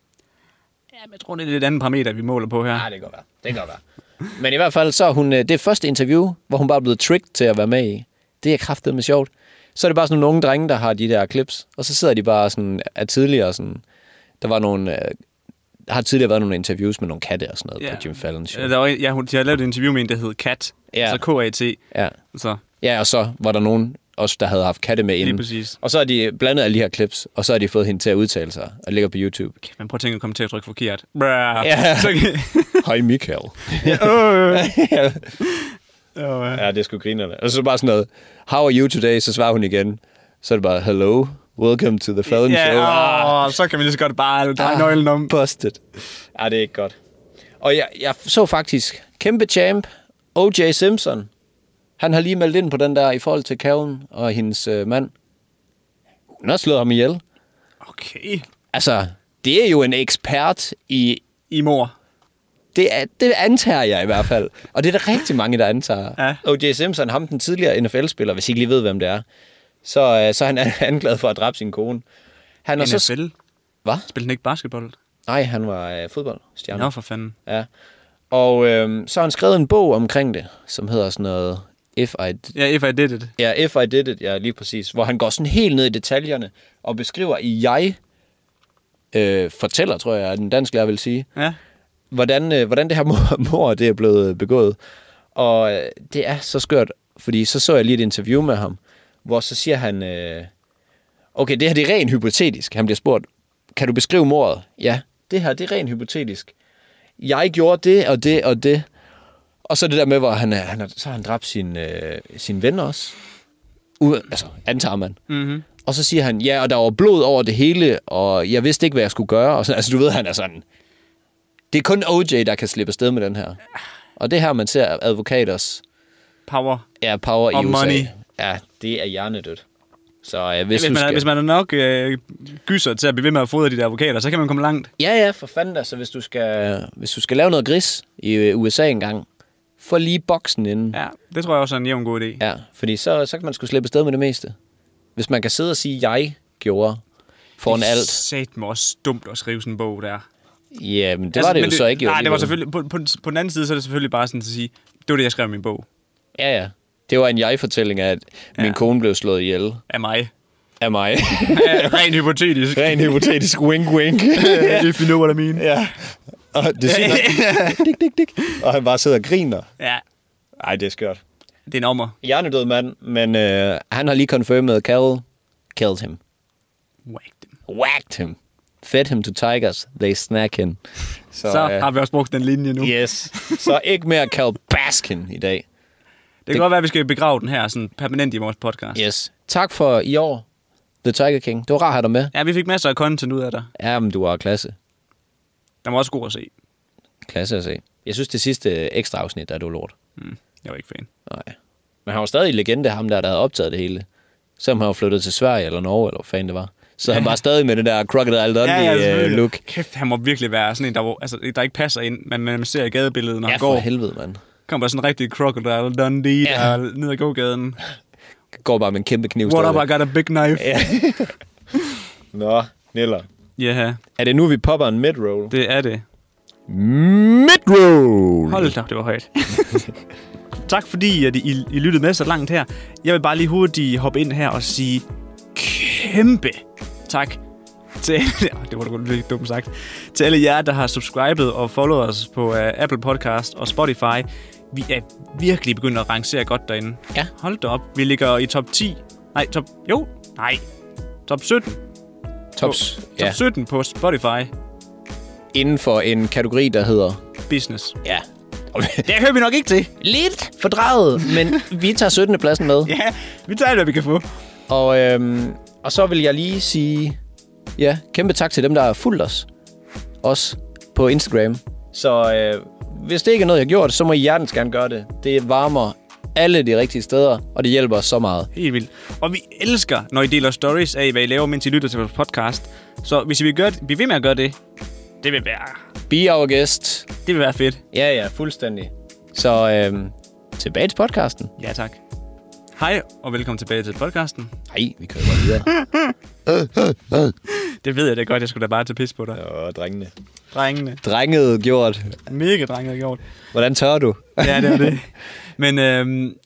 Ja, men jeg tror, det er lidt andet parameter, vi måler på her. Ja, det kan godt være. Det kan godt være. Men i hvert fald, så er hun... Det er første interview, hvor hun bare er blevet tricked til at være med i. Det er kraftedeme sjovt. Så er det bare sådan nogle unge drenge, der har de der clips. Og så sidder de bare sådan... Er tidligere sådan... Der var nogle... Der har tidligere været nogle interviews med nogle katte og sådan noget Ja. på Jimmy Fallon show. Ja, der var, ja, hun, de har lavet et interview med en, der hed Kat. Ja. Altså K A T. Ja. Så Ja, og så var der nogen også, der havde haft katte med lige inden. præcis. Og så har de blandet alle de her clips, og så har de fået hende til at udtale sig, og ligger på YouTube. Man prøver at tænke, at komme til at trykke forkert. Brrr. Ja. Så, Hej Michael. øh. ja, oh, ja. det er sgu grinerne. Og så bare sådan noget, how are you today? Så svarer hun igen. Så er det bare, hello, welcome to the Fallon Ja, Show. åh, så kan vi lige så godt bare dreje nøglen om. Busted. Ja, det er ikke godt. Og jeg, jeg så faktisk kæmpe champ, O J Simpson. Han har lige meldt ind på den der i forhold til Callen og hendes øh, mand. Hun har slået ham ihjel. Okay. Altså, det er jo en ekspert i... I mor. Det, er, det antager jeg i hvert fald. Og det er der rigtig mange, der antager. Ja. O J Simpson, ham den tidligere N F L-spiller, hvis I ikke lige ved, hvem det er, så, øh, så er han anklaget for at dræbe sin kone. Han er N F L? Så... Hvad? Spiller han ikke basketball? Nej, han var øh, fodboldstjerne. Nå, for fanden. Ja. Og øh, så har han skrevet en bog omkring det, som hedder sådan noget... If I... Ja, if I did it. Ja, If I Did It, ja, lige præcis. Hvor han går sådan helt ned i detaljerne og beskriver i jeg... Øh, fortæller, tror jeg, er den danske lærer vil sige. Ja. Hvordan, øh, hvordan det her mor, mor det er blevet begået. Og øh, det er så skørt, fordi så så jeg lige et interview med ham, hvor så siger han, øh, okay, det her det er rent hypotetisk. Han bliver spurgt, kan du beskrive mordet? Ja, det her det er rent hypotetisk. Jeg gjorde det og det og det. Og så det der med, hvor han, han har, så har han dræbt sin, øh, sin ven også. U- altså, antager man. Mm-hmm. Og så siger han, ja, og der var blod over det hele, og jeg vidste ikke, hvad jeg skulle gøre. Og så, altså, du ved, han er sådan... Det er kun O J, der kan slippe afsted med den her. Og det her, man ser advokaters... Power. Ja, power i Og U S A. money. Ja, det er hjernedødt. Så øh, Ja, hvis, hvis, du man, skal... er, hvis man er nok øh, gyser til at blive ved med at fodre de der advokater, så kan man komme langt. Ja, ja, for fanden da. Så hvis du skal, hvis du skal lave noget gris i U S A engang, få lige boksen inden. Ja, det tror jeg også er en jævn god idé. Ja, fordi så, så kan man sgu slippe afsted med det meste. Hvis man kan sidde og sige, jeg gjorde foran det er alt. satme også dumt at skrive sådan en bog der. Ja, men det altså, var det jo det, så ikke. Jo, nej, det var alligevel. selvfølgelig... På, på, på den anden side, så er det selvfølgelig bare sådan at sige, det var det, jeg skrev i min bog. Ja, ja. Det var en jeg-fortælling af, at min Ja. kone blev slået ihjel Af mig. af mig. Ja, rent hypotetisk. Ren hypotetisk wink-wink. If you know what I mean. Ja. Og det siger dik, dik, dik. Og han bare sidder og griner. Ja, Ej, det er skørt. det er en ommer. Hjernedød mand, men øh, han har lige confirmed, at Carol killed him. Whack dem. Whacked him. Fed him to tigers. They snack him. Så, så øh, har vi også brugt den linje nu. Yes. Så ikke mere Carol Baskin i dag. Det kan det... godt være, at vi skal begrave den her sådan permanent i vores podcast. Yes. Tak for i år, The Tiger King. Det var rart at have dig med. Ja, vi fik masser af content ud af dig. Ja, men du var klasse. Den var også god at se. Klasse at se. Jeg synes, det sidste ekstra afsnit, der er du lort. Mm, jeg var ikke fan. Nej. Men han var stadig en legende, ham der, der havde optaget det hele. Selvom han var flyttet til Sverige eller Norge, eller hvad fanden det var. Så ja. Han var stadig med det der Crocodile Dundee-look. Ja, Kæft, han må virkelig være sådan en, der, hvor, altså, der ikke passer ind, men man ser i gadebilledet, når ja, han går. Ja, for helvede, mand. Kommer sådan en rigtig Crocodile Dundee, ja. Der ned ad gågaden. Går bare med en kæmpe kniv. What up, I got a big knife. Ja. Nå, Niller. Ja. Yeah. Er det nu, vi popper en mid-roll? Det er det. Mid-roll! Hold da, det var højt. Tak fordi, at I, I lyttede med så langt her. Jeg vil bare lige hurtigt hoppe ind her og sige kæmpe tak til det var da lidt dumt sagt. Til alle jer, der har subscribet og followet os på uh, Apple Podcast og Spotify. Vi er virkelig begyndt at rangere godt derinde. Ja. Hold da op. Vi ligger i top ti. Nej, top... Jo. Nej. Top sytten. Tops. På, top ja. sytten på Spotify. Inden for en kategori, der hedder... Business. Ja. Det hører vi nok ikke til. Lidt fordraget, men vi tager syttende pladsen med. Ja, vi tager alt, hvad vi kan få. Og, øhm, og så vil jeg lige sige, ja, kæmpe tak til dem, der har fulgt os. Også på Instagram. Så øh, hvis det ikke er noget, jeg har gjort, så må I hjertens gerne gøre det. Det varmer alle de rigtige steder, og det hjælper os så meget. Helt vildt. Og vi elsker, når I deler stories af, hvad I laver, mens I lytter til vores podcast. Så hvis I vil gøre det, blive ved med at gøre det, det vil være... Be our guest. Det vil være fedt. Ja, ja, fuldstændig. Så øhm, tilbage til podcasten. Ja, tak. Hej, og velkommen tilbage til podcasten. Nej, vi kører bare videre. Det ved jeg da godt, jeg skulle da bare tage pis på dig. Åh, drengene. Drengene. Drenget gjort. Mega drengene gjort. Hvordan tør du? Ja, det er det. Men øhm,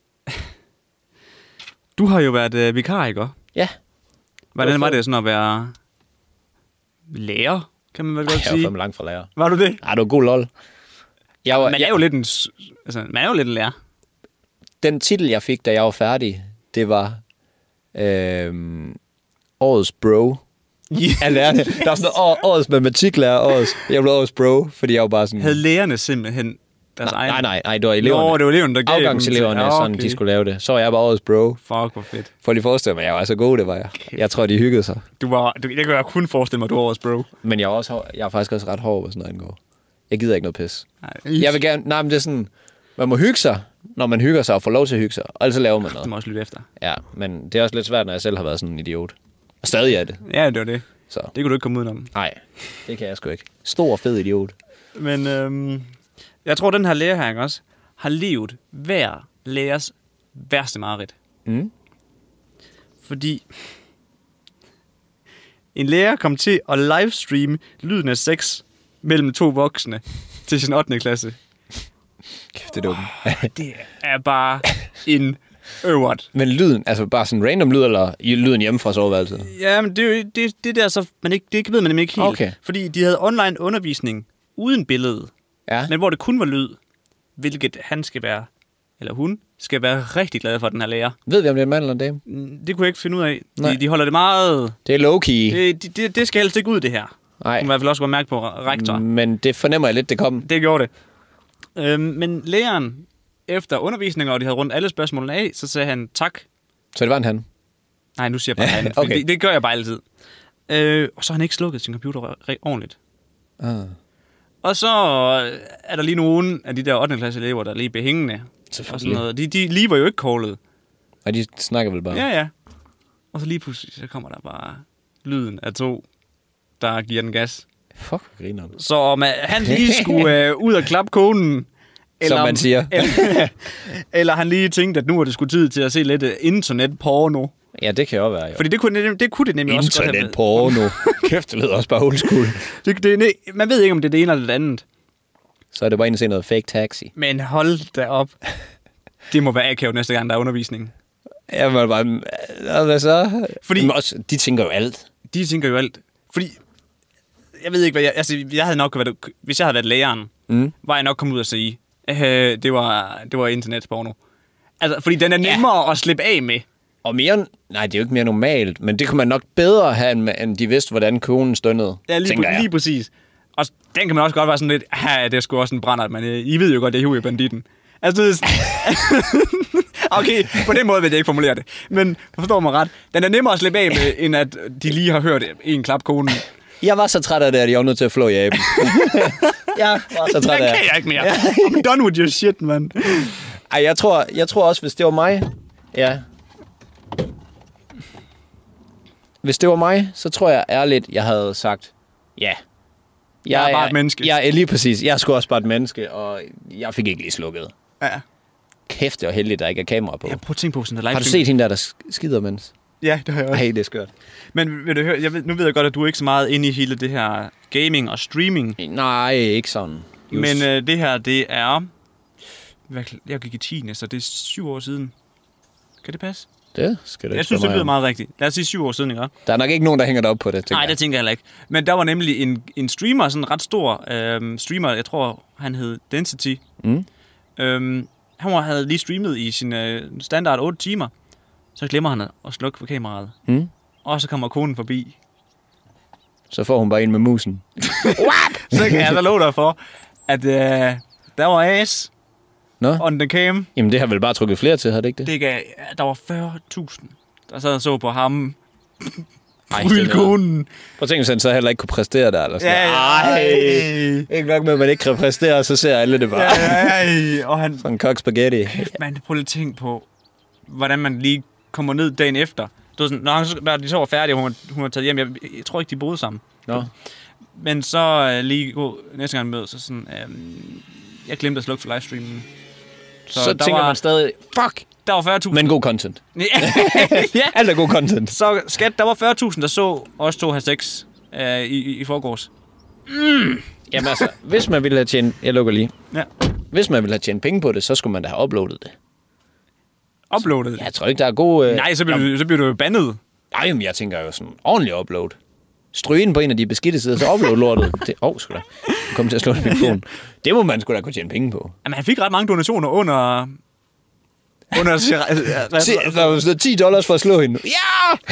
du har jo været øh, vikar, ikke? Ja. Hvordan var det sådan at være lærer, kan man vel godt Ej, sige? jeg var fandme langt fra lærer. Var du det? Ej, du var god lol. Jeg var, Man er jo lidt en, s- altså, man er jo lidt en lærer. Den titel, jeg fik, da jeg var færdig, det var øhm, årets bro. Yeah. Af lærerne. Der var sådan år, årets matematiklærer, årets, jeg blev årets bro, fordi jeg var bare sådan... Havde lærerne simpelthen deres nej, egen... nej, nej, nej, det var eleverne. Nå, det var eleverne, der gav dem til- Afgangseleverne, Ja, sådan, okay. de skulle lave det. Så var jeg bare årets bro. Fuck, hvor fedt. For lige forestille mig, jeg var så god, det var jeg. Jeg tror, de hyggede sig. Du var, du, jeg kan jo kun forestille mig, at du var vores bro. Men jeg er, også, hår- jeg er faktisk også ret hård, hvad sådan noget angår. Jeg gider ikke noget pis. Nej, Jeg vil gerne... Nej, men det er sådan... Man må hygge sig, når man hygger sig og får lov til at hygge sig. Og ellers laver man Du noget. må også lytte efter. Ja, men det er også lidt svært, når jeg selv har været sådan en idiot. Og stadig er det. Ja, det var det. Så Det kunne du ikke komme udenom. nej, det kan jeg sgu ikke. Stor, fed idiot. Men øhm, jeg tror, den her lærer her ikke også har levet hver lærers værste mareridt. Mm. Fordi en lærer kom til at livestreame lyden af sex mellem to voksne til sin ottende klasse. Kæft, det er dumt. Det er bare en øvert. Men lyden, altså bare sådan random lyd, eller i- lyden hjemme fra soveværelset? Ja, men det, er jo- det, det der så, man ikke, det ved man nemlig ikke helt. Okay. Fordi de havde online undervisning uden billede, Ja. men hvor det kun var lyd, hvilket han skal være, eller hun, skal være rigtig glad for, den her lærer. Ved vi, om det er en mand eller en dame? Mm, Det kunne jeg ikke finde ud af. Nej. De, de holder det meget... Det er low-key. Det, det, det skal helst ikke ud, det her. Nej. Du må i hvert fald også godt mærke på rektor. Men det fornemmer jeg lidt, det kom. Det gjorde det. Øhm, men læreren, efter undervisningen, og de havde rundt alle spørgsmålene af, så sagde han tak. Så det var en han. Nej, nu siger jeg bare han, Okay. okay. det, det gør jeg bare altid. Øh, og så har han ikke slukket sin computer re- ordentligt. Ah. Og så er der lige nogle af de der ottende klasse elever, der lige bliver hængende. Og sådan noget. De, de lever jo ikke callet. Og de snakker vel bare. Ja, ja. Og så lige pludselig, så kommer der bare lyden af to, der giver den gas. Fuck, griner du. Så om øh, han lige skulle øh, ud og klappe konen, eller, Som man siger. Eller, eller han lige tænkte, at nu er det sgu tid til at se lidt øh, internetporno. Ja, det kan jo være, jo. Fordi det kunne, det, det kunne det nemlig også godt have været. Internetporno. Kæft, det lyder også bare old school. Det, det, det, man ved ikke, om det er det ene eller det andet. Så er det bare ind og se noget fake taxi. Men hold da op. Det må være akavet næste gang, der er undervisning. Ja, men bare... Ja, hvad så? Fordi- Men også, de tænker jo alt. De tænker jo alt. Fordi, jeg ved ikke, hvad jeg... Altså, jeg havde nok været... Hvis jeg havde været læreren, Mm. var jeg nok kommet ud og sige, øh, det var, det var internetporno. Altså, fordi den er nemmere ja. at slippe af med. Og mere... Nej, det er jo ikke mere normalt, men det kunne man nok bedre have, end- end de vidste, hvordan konen stønnede, Ja, lige, tænker præ- jeg. lige præcis. Og den kan man også godt være sådan lidt, ja, det er sgu også en brændert, men øh, I ved jo godt, det er Huey Banditten. Altså, det er- okay, på den måde vil jeg ikke formulere det. Men forstår mig ret. Den er nemmere at slippe af med, end at de lige har hørt en klap konen. Jeg var så træt af det, at jeg var nødt til at flå i aben. Jeg var så træt Den af kan jeg ikke mere. I'm done with your shit, man. Ej, jeg tror, jeg tror også, hvis det var mig... Ja. Hvis det var mig, så tror jeg ærligt, jeg havde sagt, ja. Jeg er bare et menneske. Jeg er lige præcis. Jeg er sgu også bare et menneske, og jeg fik ikke lige slukket. Ja. Kæft, det var heldigt, der ikke er kamera på. Jeg prøver at tænke på sådan en live. Har du set hende der, der skider mens? Ja, det har jeg også. Hey, det er skørt. Men vil du høre, jeg ved, nu ved jeg godt, at du er ikke så meget inde i hele det her gaming og streaming. Nej, ikke sådan. Just. Men øh, det her, det er... Hvad, jeg gik i tiende, så det er syv år siden. Kan det passe? Det skal det Jeg synes, det lyder meget rigtigt. Lad os sige syv år siden, ikke? Der er nok ikke nogen, der hænger dig op på det, tænker Nej, jeg. det tænker jeg heller ikke. Men der var nemlig en, en streamer, sådan en ret stor øhm, streamer, jeg tror, han hed Density. Mm. Øhm, han var, havde lige streamet i sin øh, standard otte timer. Så glemmer han at slukke for kameraet. Mm. Og så kommer konen forbi. Så får hun bare en med musen. Så kan jeg så love dig for, at øh, der var as Nå. On the cam. Jamen, det har vel bare trukket flere til, har det ikke det? Det gav, der var fyrre tusind, der sad og så på ham. Ej, Rygelkonen. Prøv at tænke, hvis han så heller ikke kunne præstere der, eller sådan Ja, noget. ja. Ej, ikke nok med, at man ikke kan præstere, så ser alle det bare. Ja, ja, og han... Sådan en kok spaghetti. Kæft, man, prøv lige at tænke på, hvordan man lige kommer ned dagen efter. Du ved sådan, når de så var færdige, og hun, hun var taget hjem. Jeg, jeg tror ikke, de boede sammen. Nå. Men så uh, lige gå næste gang møde, så sådan... Um, jeg glemte at slukke for livestreamen. Så, så tænker var, man stadig, fuck! Der var fyrre tusind. Men god content. Ja. Alt er god content. Så skat, der var fyrre tusind, der så os to have sex uh, i, i, i forgårs. Mm. Jamen altså, hvis man ville have tjent... Jeg lukker lige. Ja. Hvis man ville have tjent penge på det, så skulle man da have uploadet det. Uploadet? Ja, jeg tror ikke, der er god... Øh... Nej, så bliver, du, så bliver du jo bandet. Nej, men jeg tænker jo sådan ordentligt upload. Stryge ind på en af de beskidte sider, så upload lortet. Åh, oh, sgu da. Jeg kom til at slå en mikrofon. Det må man sgu da kunne tjene penge på. Jamen, han fik ret mange donationer under... under... Der var sådan ti dollars for at slå hende. Ja!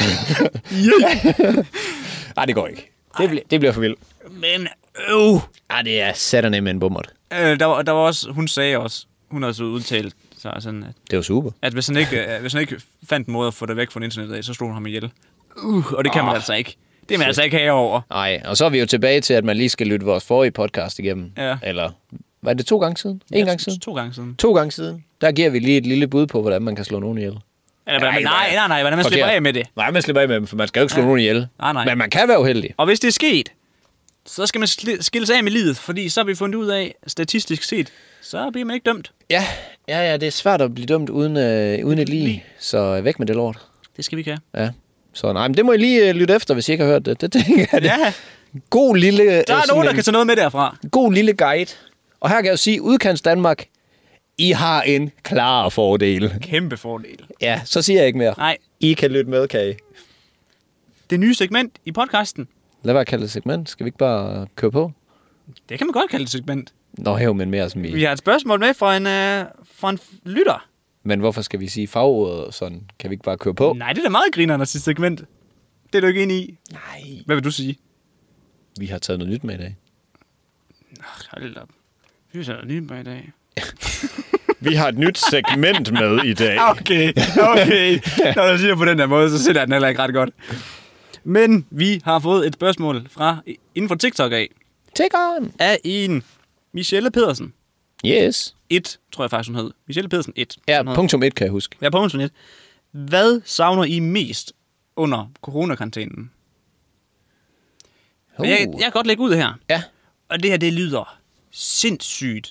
Nej, det går ikke. Det, bl- det bliver for vildt. Men, øv! Ej, det er saturday med en bummert. Øh, der, var, der var også... Hun sagde også... Hun har så udtalt så sådan, at... Det var super. At hvis han ikke, øh, hvis han ikke fandt en måde at få det væk fra internettet af, så slog hun ham ihjel. Uh, og det kan oh. man altså ikke. Det er man altså ikke herover. Nej, og så er vi jo tilbage til, at man lige skal lytte vores forrige podcast igennem. Ja. Eller, var det to gange siden? En ja, gang siden? To gange siden. To gange siden. Der giver vi lige et lille bud på, hvordan man kan slå nogen ihjel. Eller, nej, nej, nej, nej, hvordan man slipper af med det. Nej, man slipper af med dem, for man skal jo ikke slå ja. nogen ihjel. Nej, nej. Men man kan være uheldig. Og hvis det er sket, så skal man skille sig af med livet, fordi så har vi fundet ud af, statistisk set, så bliver man ikke dømt. Ja, ja, ja, det er svært at blive dømt uden, øh, uden et lig, så væk med det lort. Det skal vi ikke have. Ja, så nej, men det må I lige øh, lytte efter, hvis I ikke har hørt det. Det tænker jeg, det. Ja. God lille... Der er nogen, der en, kan tage noget med derfra. God lille guide. Og her kan jeg jo sige, Udkants Danmark, I har en klar fordel. Kæmpe fordel. Ja, så siger jeg ikke mere. Nej. I kan lytte med, kan I? Det nye segment i podcasten. Lad være at kalde det segment. Skal vi ikke bare køre på? Det kan man godt kalde det segment. Nå, jo, men mere som I. Vi har et spørgsmål med fra en, øh, fra en lytter. Men hvorfor skal vi sige fagordet sådan? Kan vi ikke bare køre på? Nej, det er da meget grinerende at sige segment. Det er du ikke enig i. Nej. Hvad vil du sige? Vi har taget noget nyt med i dag. Nå, hold op. Vi har taget noget nyt med i dag. Vi har et nyt segment med i dag. Okay, okay. Når jeg siger på den der måde, så sætter jeg den heller ikke ret godt. Men vi har fået et spørgsmål fra inden for TikTok af. TikTok! Af en Michelle Pedersen. Yes. Et, tror jeg faktisk, hun hed. Michelle Pedersen et. Ja, punktum et kan jeg huske. Ja, punktum et. Hvad savner I mest under coronakarantænen? Uh. Jeg, jeg kan godt lægge ud her. Ja. Og det her, det lyder sindssygt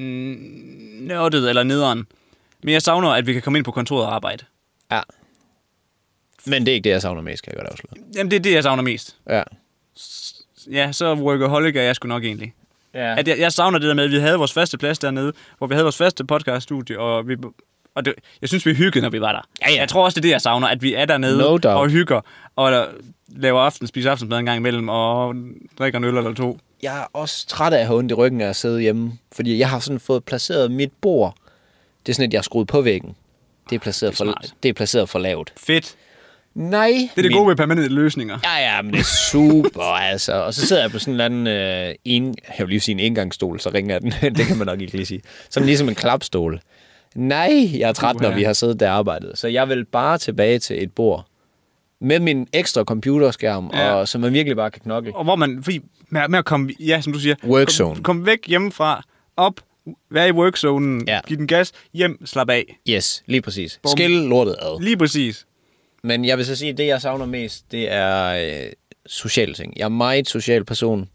nørdet eller nederen. Men jeg savner, at vi kan komme ind på kontoret og arbejde. Ja. Men det er ikke det, jeg savner mest, kan jeg godt afsløre. Jamen, det er det, jeg savner mest. Ja. Ja, så workaholic er jeg sgu nok egentlig. Ja. At jeg, jeg savner det der med, at vi havde vores faste plads dernede, hvor vi havde vores faste podcaststudie, og vi... Og det, jeg synes, vi hyggede, når vi var der. Ja, ja. Jeg tror også, det er det, jeg savner, at vi er dernede no og hygger, og laver aften, spiser aftensmad en gang imellem, og drikker en øl eller to. Jeg er også træt af at have ondt i ryggen af at sidde hjemme, fordi jeg har sådan fået placeret mit bord. Det er sådan, at jeg har skruet på væggen. Det er placeret, det er for, det er placeret for lavt. Fedt. Nej. Det er det min... gode ved permanente løsninger. Ja, ja, men det er super, altså. Og så sidder jeg på sådan en eller anden, øh, en, jeg vil lige sige en engangsstol, så ringer den. Det kan man nok ikke lige sige. Som ligesom en klapstol. Nej, jeg er træt, når vi har siddet der og arbejdet. Så jeg vil bare tilbage til et bord med min ekstra computerskærm, ja. Og så man virkelig bare kan knokle. Og hvor man, fordi med, med at komme, ja, som du siger, workzone. Kom, kom væk hjemmefra, op, være i workzonen, ja. Give den gas, hjem, slap af. Yes, lige præcis. Bum. Skille lortet ad. Lige præcis. Men jeg vil så sige, at det, jeg savner mest, det er øh, sociale ting. Jeg er meget social person,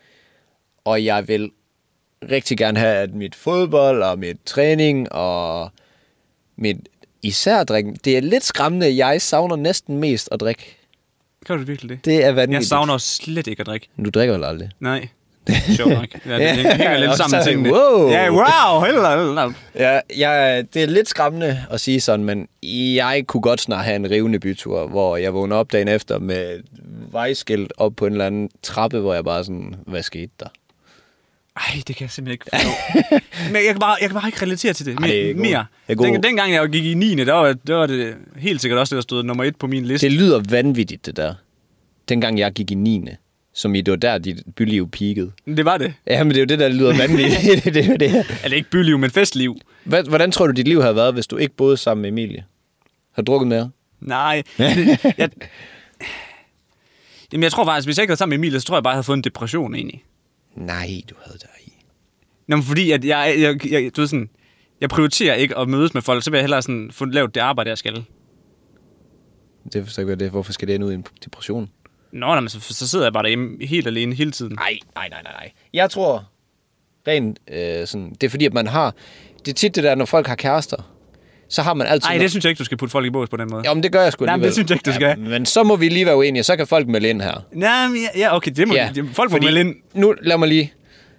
og jeg vil rigtig gerne have, at mit fodbold og mit træning og mit især drikken, det er lidt skræmmende. Jeg savner næsten mest at drikke. Kan du virkelig det? Det er vanvittigt. Jeg savner slet ikke at drikke. Du drikker vel aldrig? Nej. Sjovt nok. Ja, det, det hænger lidt sammen med tingene. Wow. Ja, wow. Heller, heller. Ja, jeg, det er lidt skræmmende at sige sådan, men jeg kunne godt snart have en rivende bytur, hvor jeg vågner op dagen efter med et vejskilt op på en eller anden trappe, hvor jeg bare sådan, hvad skete der? Ej, det kan jeg simpelthen ikke forstå. Men jeg kan, bare, jeg kan bare ikke relatere til det, Ej, det mere. Den, dengang jeg gik i niende, der var, der var det helt sikkert også det, der stod nummer et på min liste. Det lyder vanvittigt, det der. Dengang jeg gik i niende, som i det var der, dit byliv peakede. Det var det. Ja, men det er jo det, der lyder vanvittigt. det er det. Er det ikke byliv, men festliv? Hvad, hvordan tror du, dit liv havde været, hvis du ikke boede sammen med Emilie? Har du drukket mere? Nej. Det, jeg, jamen, jeg tror faktisk, hvis jeg ikke havde sammen med Emilie, så tror jeg bare, jeg havde fået en depression egentlig. Nej, du havde der i. Nå, men fordi at jeg, jeg, jeg, du ved sådan, jeg prioriterer ikke at mødes med folk, så vil jeg hellere sådan få lavet det arbejde, jeg skal. Det forstår ikke, det. Hvorfor skal det ende ud i en depression? Nå, nej, men så, så sidder jeg bare derhjemme helt alene hele tiden. Nej, nej, nej, nej. Jeg tror, rent øh, sådan, det er fordi, at man har... Det er tit det der, når folk har kærester, så har man altid... Nej, det synes jeg ikke, du skal putte folk i bås på den måde. Jo, men det gør jeg sgu alligevel. Nej, det synes jeg ikke, du skal. Ja, men så må vi lige være uenige, så kan folk melde ind her. Nej, men ja, ja, okay, det må ja, folk må melde ind. Nu, lad mig lige...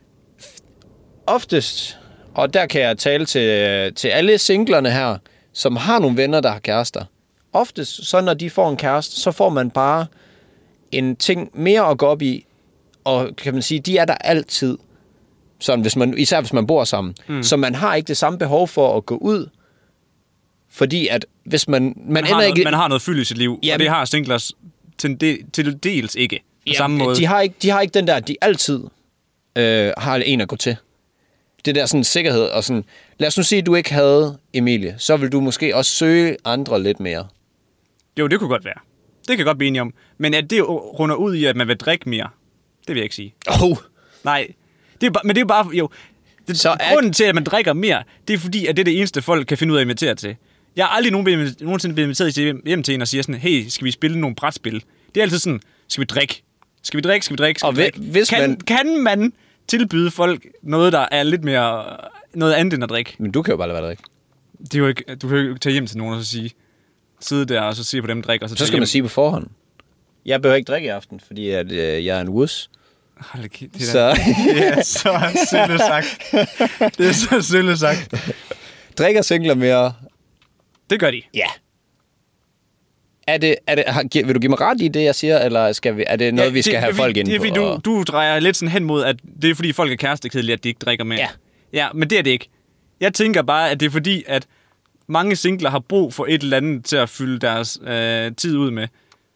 Oftest, og der kan jeg tale til, til alle singlerne her, som har nogle venner, der har kærester. Oftest, så når de får en kæreste, så får man bare en ting mere at gå op i, og kan man sige, de er der altid. Sådan, hvis man, især hvis man bor sammen. Mm. Så man har ikke det samme behov for at gå ud, fordi at hvis man... Man, man, har, noget, ikke, man har noget fyld i sit liv, jamen, og det har singlers til, de, til dels ikke på jamen, samme måde. De har, ikke, de har ikke den der, de altid øh, har en at gå til. Det der sådan sikkerhed og sådan... Lad os nu sige, at du ikke havde Emilie, så vil du måske også søge andre lidt mere. Jo, det kunne godt være. Det kan godt blive enige om. Men at det runder ud i, at man vil drikke mere, det vil jeg ikke sige. Oh. Nej, det er bare, men det er bare... Jo, det, så er... Grunden til, at man drikker mere, det er fordi, at det er det eneste, folk kan finde ud af at invitere til. Jeg har aldrig nogen, nogensinde blevet inviteret hjem, hjem til en og siger sådan, hey, skal vi spille nogle brætspil? Det er altid sådan, skal vi drikke? Skal vi drikke? Skal vi drikke? Skal og vi drikke? Hvis kan, man... kan man tilbyde folk noget, der er lidt mere... Noget andet end at drikke? Men du kan jo bare lade være at drikke. Det er jo ikke, du kan jo ikke tage hjem til nogen og så sige... Sidde der og så sige på dem, drikke, og så Så skal hjem. man sige på forhånd. Jeg behøver ikke drikke i aften, fordi at, øh, jeg er en wuss. Hold da, det så... ja, så sølle sagt. Det er så sølle sagt. Drikker singler mere? Det gør de. Ja. Er det, er det, har, vil du give mig ret i det, jeg siger, eller skal vi, er det noget, ja, vi skal det, have det, folk ind på? Det er fordi, du, du drejer lidt sådan hen mod, at det er fordi, folk er kærestekedelige, at de ikke drikker mere. Ja. Ja, men det er det ikke. Jeg tænker bare, at det er fordi, at mange singler har brug for et eller andet til at fylde deres øh, tid ud med,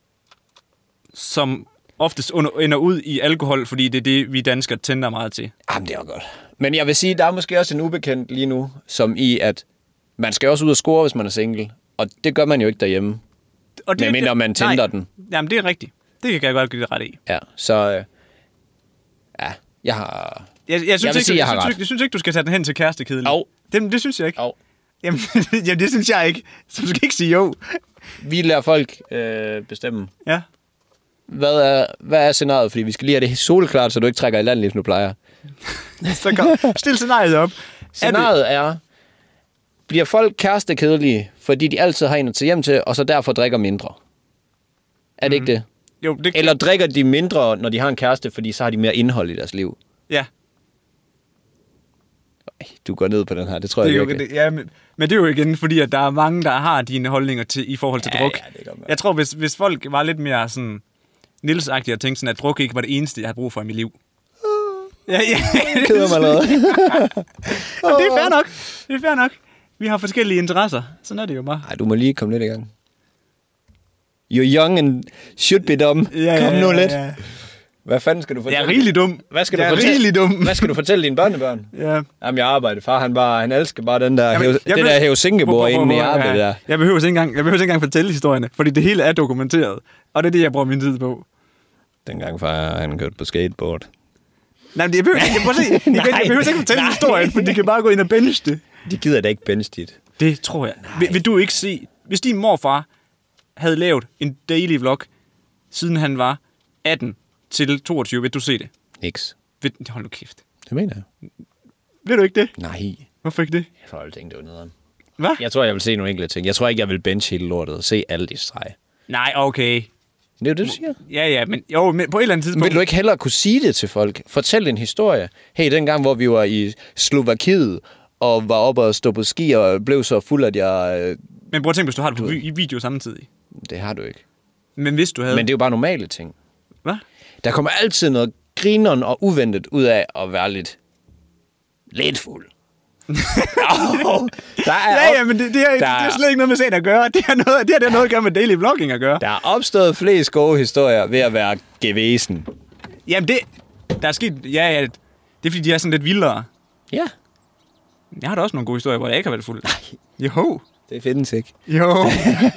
som oftest under, ender ud i alkohol, fordi det er det, vi danskere tænder meget til. Jamen, det er godt. Men jeg vil sige, der er måske også en ubekendt lige nu, som i, at man skal også ud og score, hvis man er single. Og det gør man jo ikke derhjemme. Og det, medmindre man tænder den. Jamen, det er rigtigt. Det kan jeg godt give det ret i. Ja, så... Øh, ja, jeg har... Jeg, jeg, synes, jeg, ikke, sige, jeg, jeg, har synes, jeg synes ikke, du skal tage den hen til kærestekedelig. Jo. Det, det synes jeg ikke. Jo. Jamen, jamen, det synes jeg ikke. Så du skal ikke sige jo. Vi lader folk øh, bestemme. Ja. Hvad er, hvad er scenariet? Fordi vi skal lige have det solklart, så du ikke trækker i land, ligesom du plejer. Så kom, stil scenariet op. Scenariet er, er, bliver folk kærestekedelige, fordi de altid har en at tage hjem til, og så derfor drikker mindre? Er det mm. ikke det? Jo, det... Eller drikker de mindre, når de har en kæreste, fordi så har de mere indhold i deres liv? Ja. Du går ned på den her, det tror det jeg jo, virkelig. Det, ja, men, men det er jo igen, fordi at der er mange, der har dine holdninger til, i forhold til ja, druk. Ja, det jeg tror, hvis, hvis folk var lidt mere sådan Niels-agtige og tænkte sådan, at druk ikke var det eneste, jeg havde brug for i mit liv. Uh, ja, ja. Det keder mig noget. Og det er fair nok. Det er fair nok. Vi har forskellige interesser. Sådan er det jo bare. Ej, du må lige komme lidt i gang. You're young and should be dumb. Ja, Kom ja, nu ja, lidt. Ja. Hvad fanden skal du fortælle? Jeg er rigtig dum. Hvad skal du jeg er fortælle? rigtig dum. Hvad skal du fortælle dine børnebørn? Ja. Jamen, jeg arbejder. Far, han bare, han elsker bare den der, Jamen, hæve, det vil... der hæve-sængebord inde i arbejdet ja. der. Jeg behøver ikke engang, jeg behøver ikke engang fortælle historierne, fordi det hele er dokumenteret. Og det er det, jeg bruger min tid på. Dengang far, han kørte på skateboard. Nej, men jeg behøver, jeg, jeg, jeg, jeg, jeg behøver ikke fortælle historien, for de kan bare gå ind og bench det. De gider da ikke bench dit. Det tror jeg. Vil, vil du ikke se, hvis din morfar havde lavet en daily vlog, siden han var atten til toogtyve, vil du se det? Niks. Vil, hold nu kæft. Det mener jeg. Vil du ikke det? Nej. Hvorfor ikke det? Jeg tror aldrig tænkt, det var nederen. Hvad? Jeg tror, jeg vil se nogle enkelte ting. Jeg tror ikke, jeg vil bench hele lortet og se alle de streg. Nej, okay. Det er jo det, du siger. Ja, ja, men, jo, men på et eller andet tidspunkt... Vil du ikke hellere kunne sige det til folk? Fortæl en historie. Hey, dengang, hvor vi var i Slovakiet, og var oppe og stå på ski, og blev så fuld, at jeg... Øh... Men prøv at tænke, hvis du har det på i video samtidig. Det har du ikke. Men hvis du havde... Men det er jo bare normale ting. Hvad? Der kommer altid noget grineren og uventet ud af at være lidt... lidt fuld. oh, der er ja, ja, men det, det, er, der, det er slet ikke noget med sagen at gøre. Det har noget, det har, det har noget at gøre med daily vlogging at gøre. Der er opstået flest gode historier ved at være gevesen. Jamen det... Der er sket... Ja, ja. Det er fordi, de er sådan lidt vildere. Ja. Jeg har da også nogle gode historier, hvor jeg ikke har været fuld. Nej. Jo. Det findes ikke. Jo.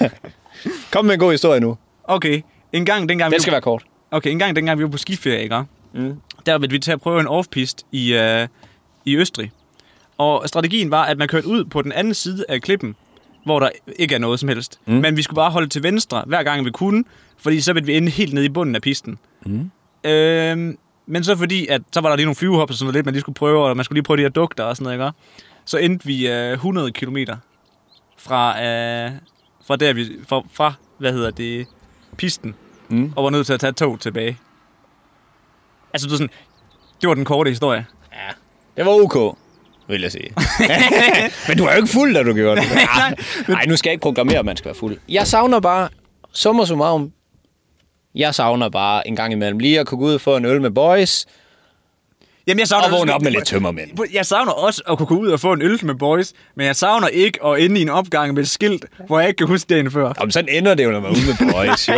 Kom med en god historie nu. Okay. En gang, dengang... Det skal vi... være kort. Okay, en gang, dengang vi var på skiferie, ikke? Mm. Der ville vi til at prøve en off-pist i, øh, i Østrig. Og strategien var, at man kørte ud på den anden side af klippen, hvor der ikke er noget som helst. Mm. Men vi skulle bare holde til venstre, hver gang vi kunne, fordi så ville vi ende helt nede i bunden af pisten. Mm. Øhm, men så fordi, at så var der lige nogle flyvehops og sådan noget lidt, man lige skulle prøve, og man skulle lige prøve de her dugter og sådan noget, ikke? Så endte vi øh, hundrede kilometer fra, øh, fra der, vi, fra, fra, hvad hedder det, pisten, mm. og var nødt til at tage et tog tilbage. Altså, du sådan, det var den korte historie. Ja, det var ok, vil jeg sige. Men du er jo ikke fuld, da du gjorde det. Nej, Nej, nu skal jeg ikke programmere, at man skal være fuld. Jeg savner bare, summa summarum, jeg savner bare en gang imellem lige at kunne gå ud og få en øl med boys. Jamen, jeg savner og vågne op med lidt tømmermænd. Jeg savner også at kunne gå ud og få en øl med boys, men jeg savner ikke at ende i en opgang med et skilt, hvor jeg ikke kan huske dagen før. Jamen, sådan ender det jo, når man er ude med boys, jo.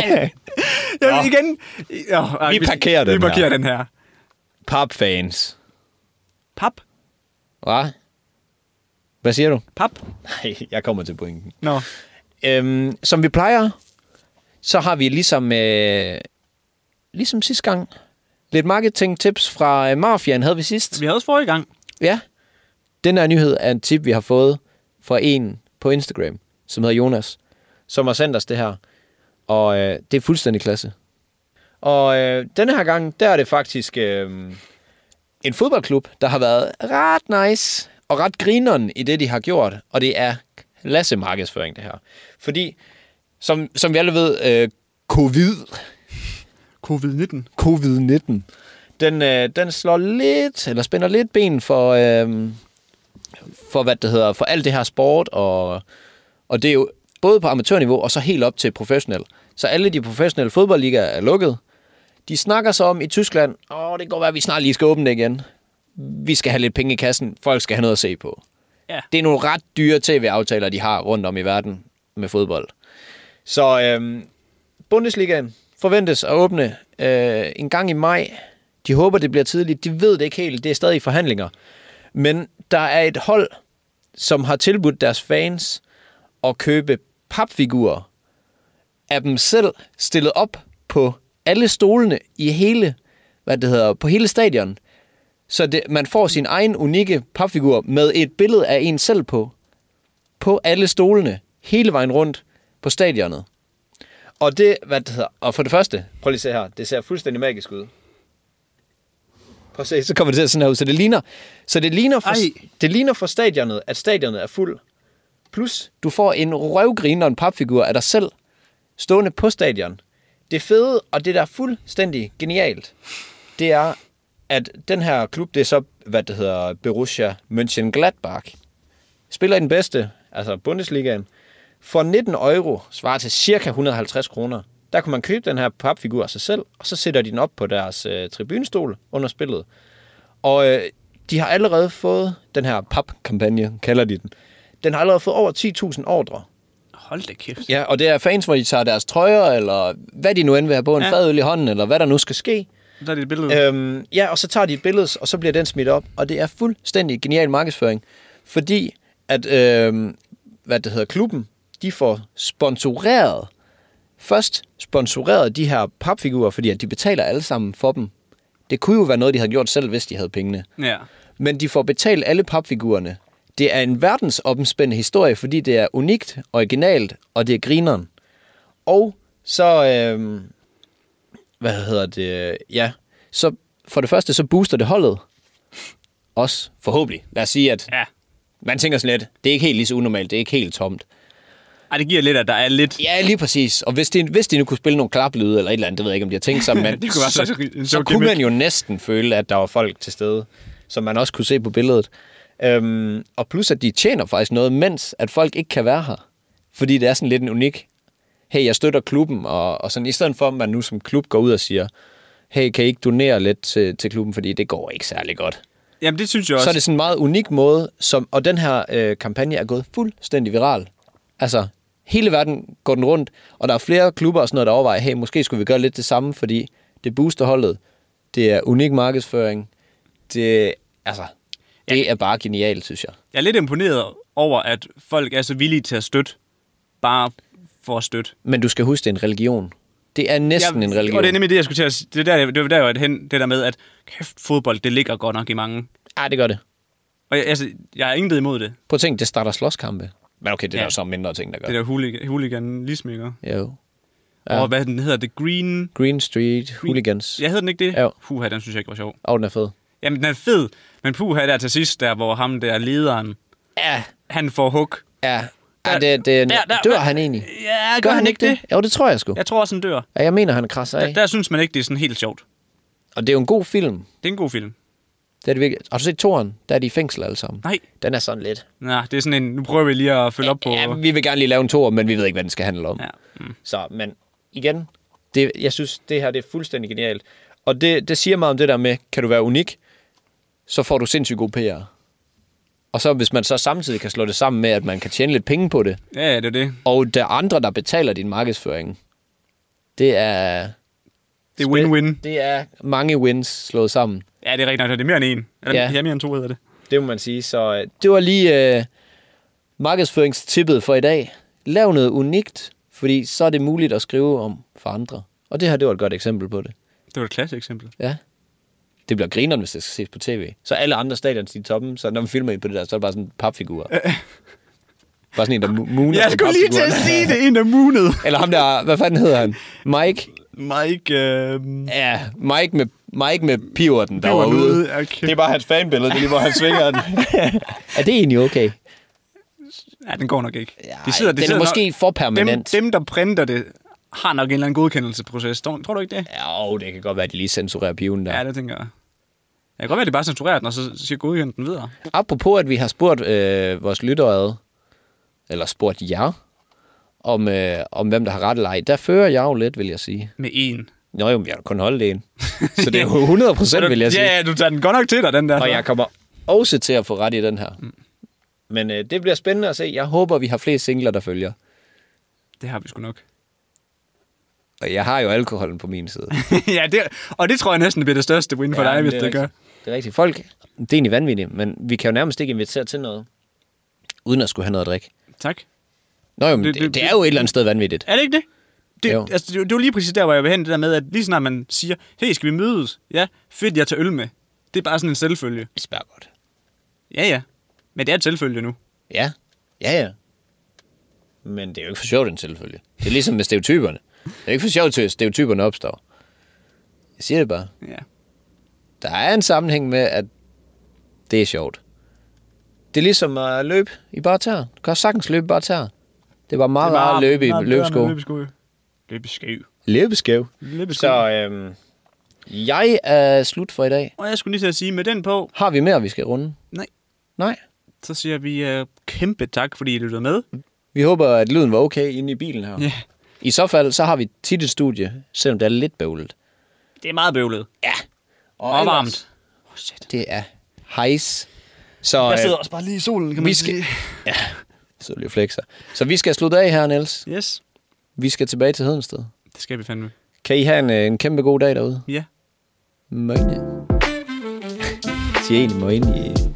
Jamen, igen... Jo, vi, vi parkerer den vi parkerer her. den her. Pap-fans. Pap? Hvad? Hvad siger du? Pap? Nej, jeg kommer til pointen. Nå. Øhm, som vi plejer, så har vi ligesom, øh, ligesom sidste gang, lidt marketing-tips fra øh, Mafiaen havde vi sidst. Vi havde også forrige gang. Ja. Den her nyhed er en tip, vi har fået fra en på Instagram, som hedder Jonas, som har sendt os det her. Og øh, det er fuldstændig klasse. Og øh, denne her gang, der er det faktisk øh, en fodboldklub, der har været ret nice og ret grineren i det, de har gjort. Og det er klasse markedsføring, det her. Fordi, som, som vi alle ved, øh, covid... covid nitten. covid nitten. Den, øh, den slår lidt, eller spænder lidt ben for, øh, for, hvad det hedder, for alt det her sport, og, og det er jo både på amatørniveau, og så helt op til professionel. Så alle de professionelle fodboldligaer er lukket. De snakker så om i Tyskland, åh, det kan godt være, at vi snart lige skal åbne det igen. Vi skal have lidt penge i kassen, folk skal have noget at se på. Ja. Det er nogle ret dyre tv-aftaler, de har rundt om i verden med fodbold. Så øh, Bundesligaen forventes at åbne øh, en gang i maj. De håber, det bliver tidligt. De ved det ikke helt. Det er stadig forhandlinger. Men der er et hold, som har tilbudt deres fans at købe papfigurer af dem selv, stillet op på alle stolene i hele, hvad det hedder, på hele stadion. Så det, man får sin egen unikke papfigur med et billede af en selv på, på alle stolene, hele vejen rundt på stadionet. Og det, hvad det hedder, og for det første, prøv lige at se her, det ser fuldstændig magisk ud. Prøv at se, så kommer det til sådan her ud, så det ligner, så det ligner for, det ligner for stadionet, at stadionet er fuld. Plus, du får en røvgriner og en papfigur af dig selv, stående på stadion. Det fede, og det der er fuldstændig genialt, det er, at den her klub, det er så, hvad det hedder, Borussia Mönchengladbach, spiller i den bedste, altså Bundesligaen, for nitten euro, svarer til cirka et hundrede og halvtreds kroner. Der kunne man købe den her papfigur af sig selv, og så sætter de den op på deres øh, tribunestol under spillet. Og øh, de har allerede fået den her pap-kampagne, kalder de den. Den har allerede fået over ti tusind ordre. Hold da kæft. Ja, og det er fans, hvor de tager deres trøjer, eller hvad de nu end vil have på, en ja. fadøl i hånden, eller hvad der nu skal ske. Så er det et billede. Øhm, ja, og så tager de et billede, og så bliver den smidt op, og det er fuldstændig genial markedsføring, fordi at, øh, hvad det hedder, klubben, de får sponsoreret, først sponsoreret de her papfigurer, fordi at de betaler alle sammen for dem. Det kunne jo være noget, de havde gjort selv, hvis de havde pengene. Ja. Men de får betalt alle papfigurerne. Det er en verdensomspændende historie, fordi det er unikt, originalt, og det er grineren. Og så, øh, hvad hedder det, ja, så for det første, så booster det holdet. Også forhåbentlig. Lad os sige, at ja. man tænker sådan lidt, det er ikke helt lige så unormalt, det er ikke helt tomt. Ej, det giver lidt, at der er lidt... Ja, lige præcis. Og hvis de, hvis de nu kunne spille nogle klaplyde eller et eller andet, det ved jeg ikke, om de har tænkt sig, men det kunne så, så, så kunne man jo næsten føle, at der var folk til stede, som man også kunne se på billedet. Øhm, og plus, at de tjener faktisk noget, mens at folk ikke kan være her. Fordi det er sådan lidt en unik, hey, jeg støtter klubben, og, og sådan, i stedet for, at man nu som klub går ud og siger, hey, kan I ikke donere lidt til, til klubben, fordi det går ikke særlig godt. Jamen, det synes jeg også. Så er det sådan en meget unik måde, som, og den her øh, kampagne er gået fuldstændig viral. Altså, hele verden går den rundt, og der er flere klubber og sådan noget, der overvejer, hey, måske skulle vi gøre lidt det samme, fordi det booster holdet, det er unik markedsføring, det altså... Det er bare genialt, synes jeg. Jeg er lidt imponeret over, at folk er så villige til at støtte, bare for at støtte. Men du skal huske, det er en religion. Det er næsten jeg, en religion. Og det er nemlig det, jeg skulle til at sige. Det er der, det var der, jeg hen, det der med, at kæft, fodbold, det ligger godt nok i mange. Ja, det gør det. Og jeg, altså, jeg er intet imod det. Prøv at tænke, det starter slåskampe. Men okay, det er Ja. jo så mindre ting, der gør. Det der hooligan, hooliganisme, ikke? Jo. Ja. Og hvad den hedder, The Green... Green Street Hooligans. Ja, hedder den ikke det? Jo. Puha, den synes jeg ikke var sjov. Og den er fed. Jamen, den er fed, men puha der til sidst, der hvor ham der lederen, Ja. han får hug. Ja. Ja, det, det, der, der, dør der, han egentlig? Ja, gør, gør han ikke det? det? Jo, det tror jeg sgu. Jeg tror også, han dør. Ja, jeg mener, han krasser af. Der, der synes man ikke, det er sådan helt sjovt. Og det er jo en god film. Det er en god film. Det er det virkelig. Har du set toren? Der er de i fængsel alle sammen. Nej. Den er sådan lidt. Nej, det er sådan en, nu prøver vi lige at følge op på... Ja, vi vil gerne lige lave en toer, men vi ved ikke, hvad den skal handle om. Ja. Mm. Så, men igen, det, jeg synes, det her det er fuldstændig genialt. Og det, det siger meget om det der med, kan du være unik, så får du sindssygt god P R. Og så hvis man så samtidig kan slå det sammen med, at man kan tjene lidt penge på det, Ja, det er det. og der er andre, der betaler din markedsføring, det er... Det er win-win. Det er mange wins slået sammen. Ja, det er rigtigt nok. Det er mere end en. Eller, Ja. ja, mere end to hedder det. Det må man sige. Så øh, det var lige øh, markedsføringstippet for i dag. Lav noget unikt, fordi så er det muligt at skrive om for andre. Og det her, det var et godt eksempel på det. Det var et klasse eksempel. Ja. Det bliver grineren, hvis det skal ses på tv. Så alle andre stadions, de er toppen, så når man filmer ind på det der, så er det bare sådan en papfigur. Bare sådan en, der mu- mooner. Jeg på skulle lige til at papfiguren. sige det, en der moonede. Eller ham der, hvad fanden hedder han? Mike? Mike... Øh... Ja, Mike med, Mike med piverten, der var ude. Okay. Det er bare hans fanbillede, det er lige, hvor han svinger den. Er det egentlig okay? Ja, den går nok ikke. Ja, de sidder, de den er sidder måske nok, for permanent. Dem, dem, der printer det, har nok en eller anden godkendelsesproces. Tror du ikke det? Ja, det kan godt være, at de lige censurerer piven der. Ja, det tænker jeg. Det kan godt være, at de bare censurerer den, og så siger godkendt den videre. Apropos, at vi har spurgt øh, vores lyttere, eller spurgt jer, om, øh, om hvem der har ret eller ej. Der fører jeg jo lidt, vil jeg sige. Med en. Nå jo, men jeg kan kun holde det en. Så det er jo hundrede procent, vil jeg sige. Ja, ja, du tager den godt nok til dig, den der. Og jeg kommer også til at få ret i den her. Mm. Men øh, det bliver spændende at se. Jeg håber, vi har flere singler, der følger. Det har vi sgu nok. Og jeg har jo alkoholen på min side. Ja, det, og det tror jeg næsten bliver det største win for Ja, dig, hvis det, det, er det gør. Det er rigtigt. Folk, det er egentlig vanvittigt, men vi kan jo nærmest ikke invitere til noget, uden at skulle have noget at drikke. Tak. Nå jo, men det, Det- det, det- det er jo et eller andet sted vanvittigt. Er det ikke det? Det, Jo. altså, det, det var lige præcis der, hvor jeg vil hen, det der med, at lige snart man siger, hey, skal vi mødes? Ja, fedt, jeg tager øl med. Det er bare sådan en selvfølge. Det smager godt. Ja, ja. Men det er et selvfølge nu. Ja, ja, ja. Men det er jo ikke for sjovt, en selvfølge. Det er ligesom med stereotyperne. Det er ikke for sjovt, at stereotyperne opstår. Jeg siger det bare. Ja. Der er en sammenhæng med, at det er sjovt. Det er ligesom at løbe i barter. Du kan også sagtens løbe i barter. Det var meget rart at løbe i løbesko. Løbesko. Løbesko. Løbesko. Løbesko. Så øhm, jeg er slut for i dag. Og jeg skulle lige til at sige, med den på, Har vi mere, vi skal runde? Nej. Nej. så siger vi uh, kæmpe tak, fordi I lyttede med. Vi håber, at lyden var okay inde i bilen her. Ja. I så fald, så har vi tit et studie, selvom det er lidt bøvlet. Det er meget bøvlet. Ja. Og, og varmt. Oh, shit. Det er hejs. Så Jeg sidder øh, også bare lige i solen, kan vi man skal- sige. ja, så lige flexer. Så vi skal slutte af her, Niels. Yes, Vi skal tilbage til Hedensted. det skal vi fandme. Kan I have en, øh, en kæmpe god dag derude? Ja. Møgne. Siger egentlig møgne.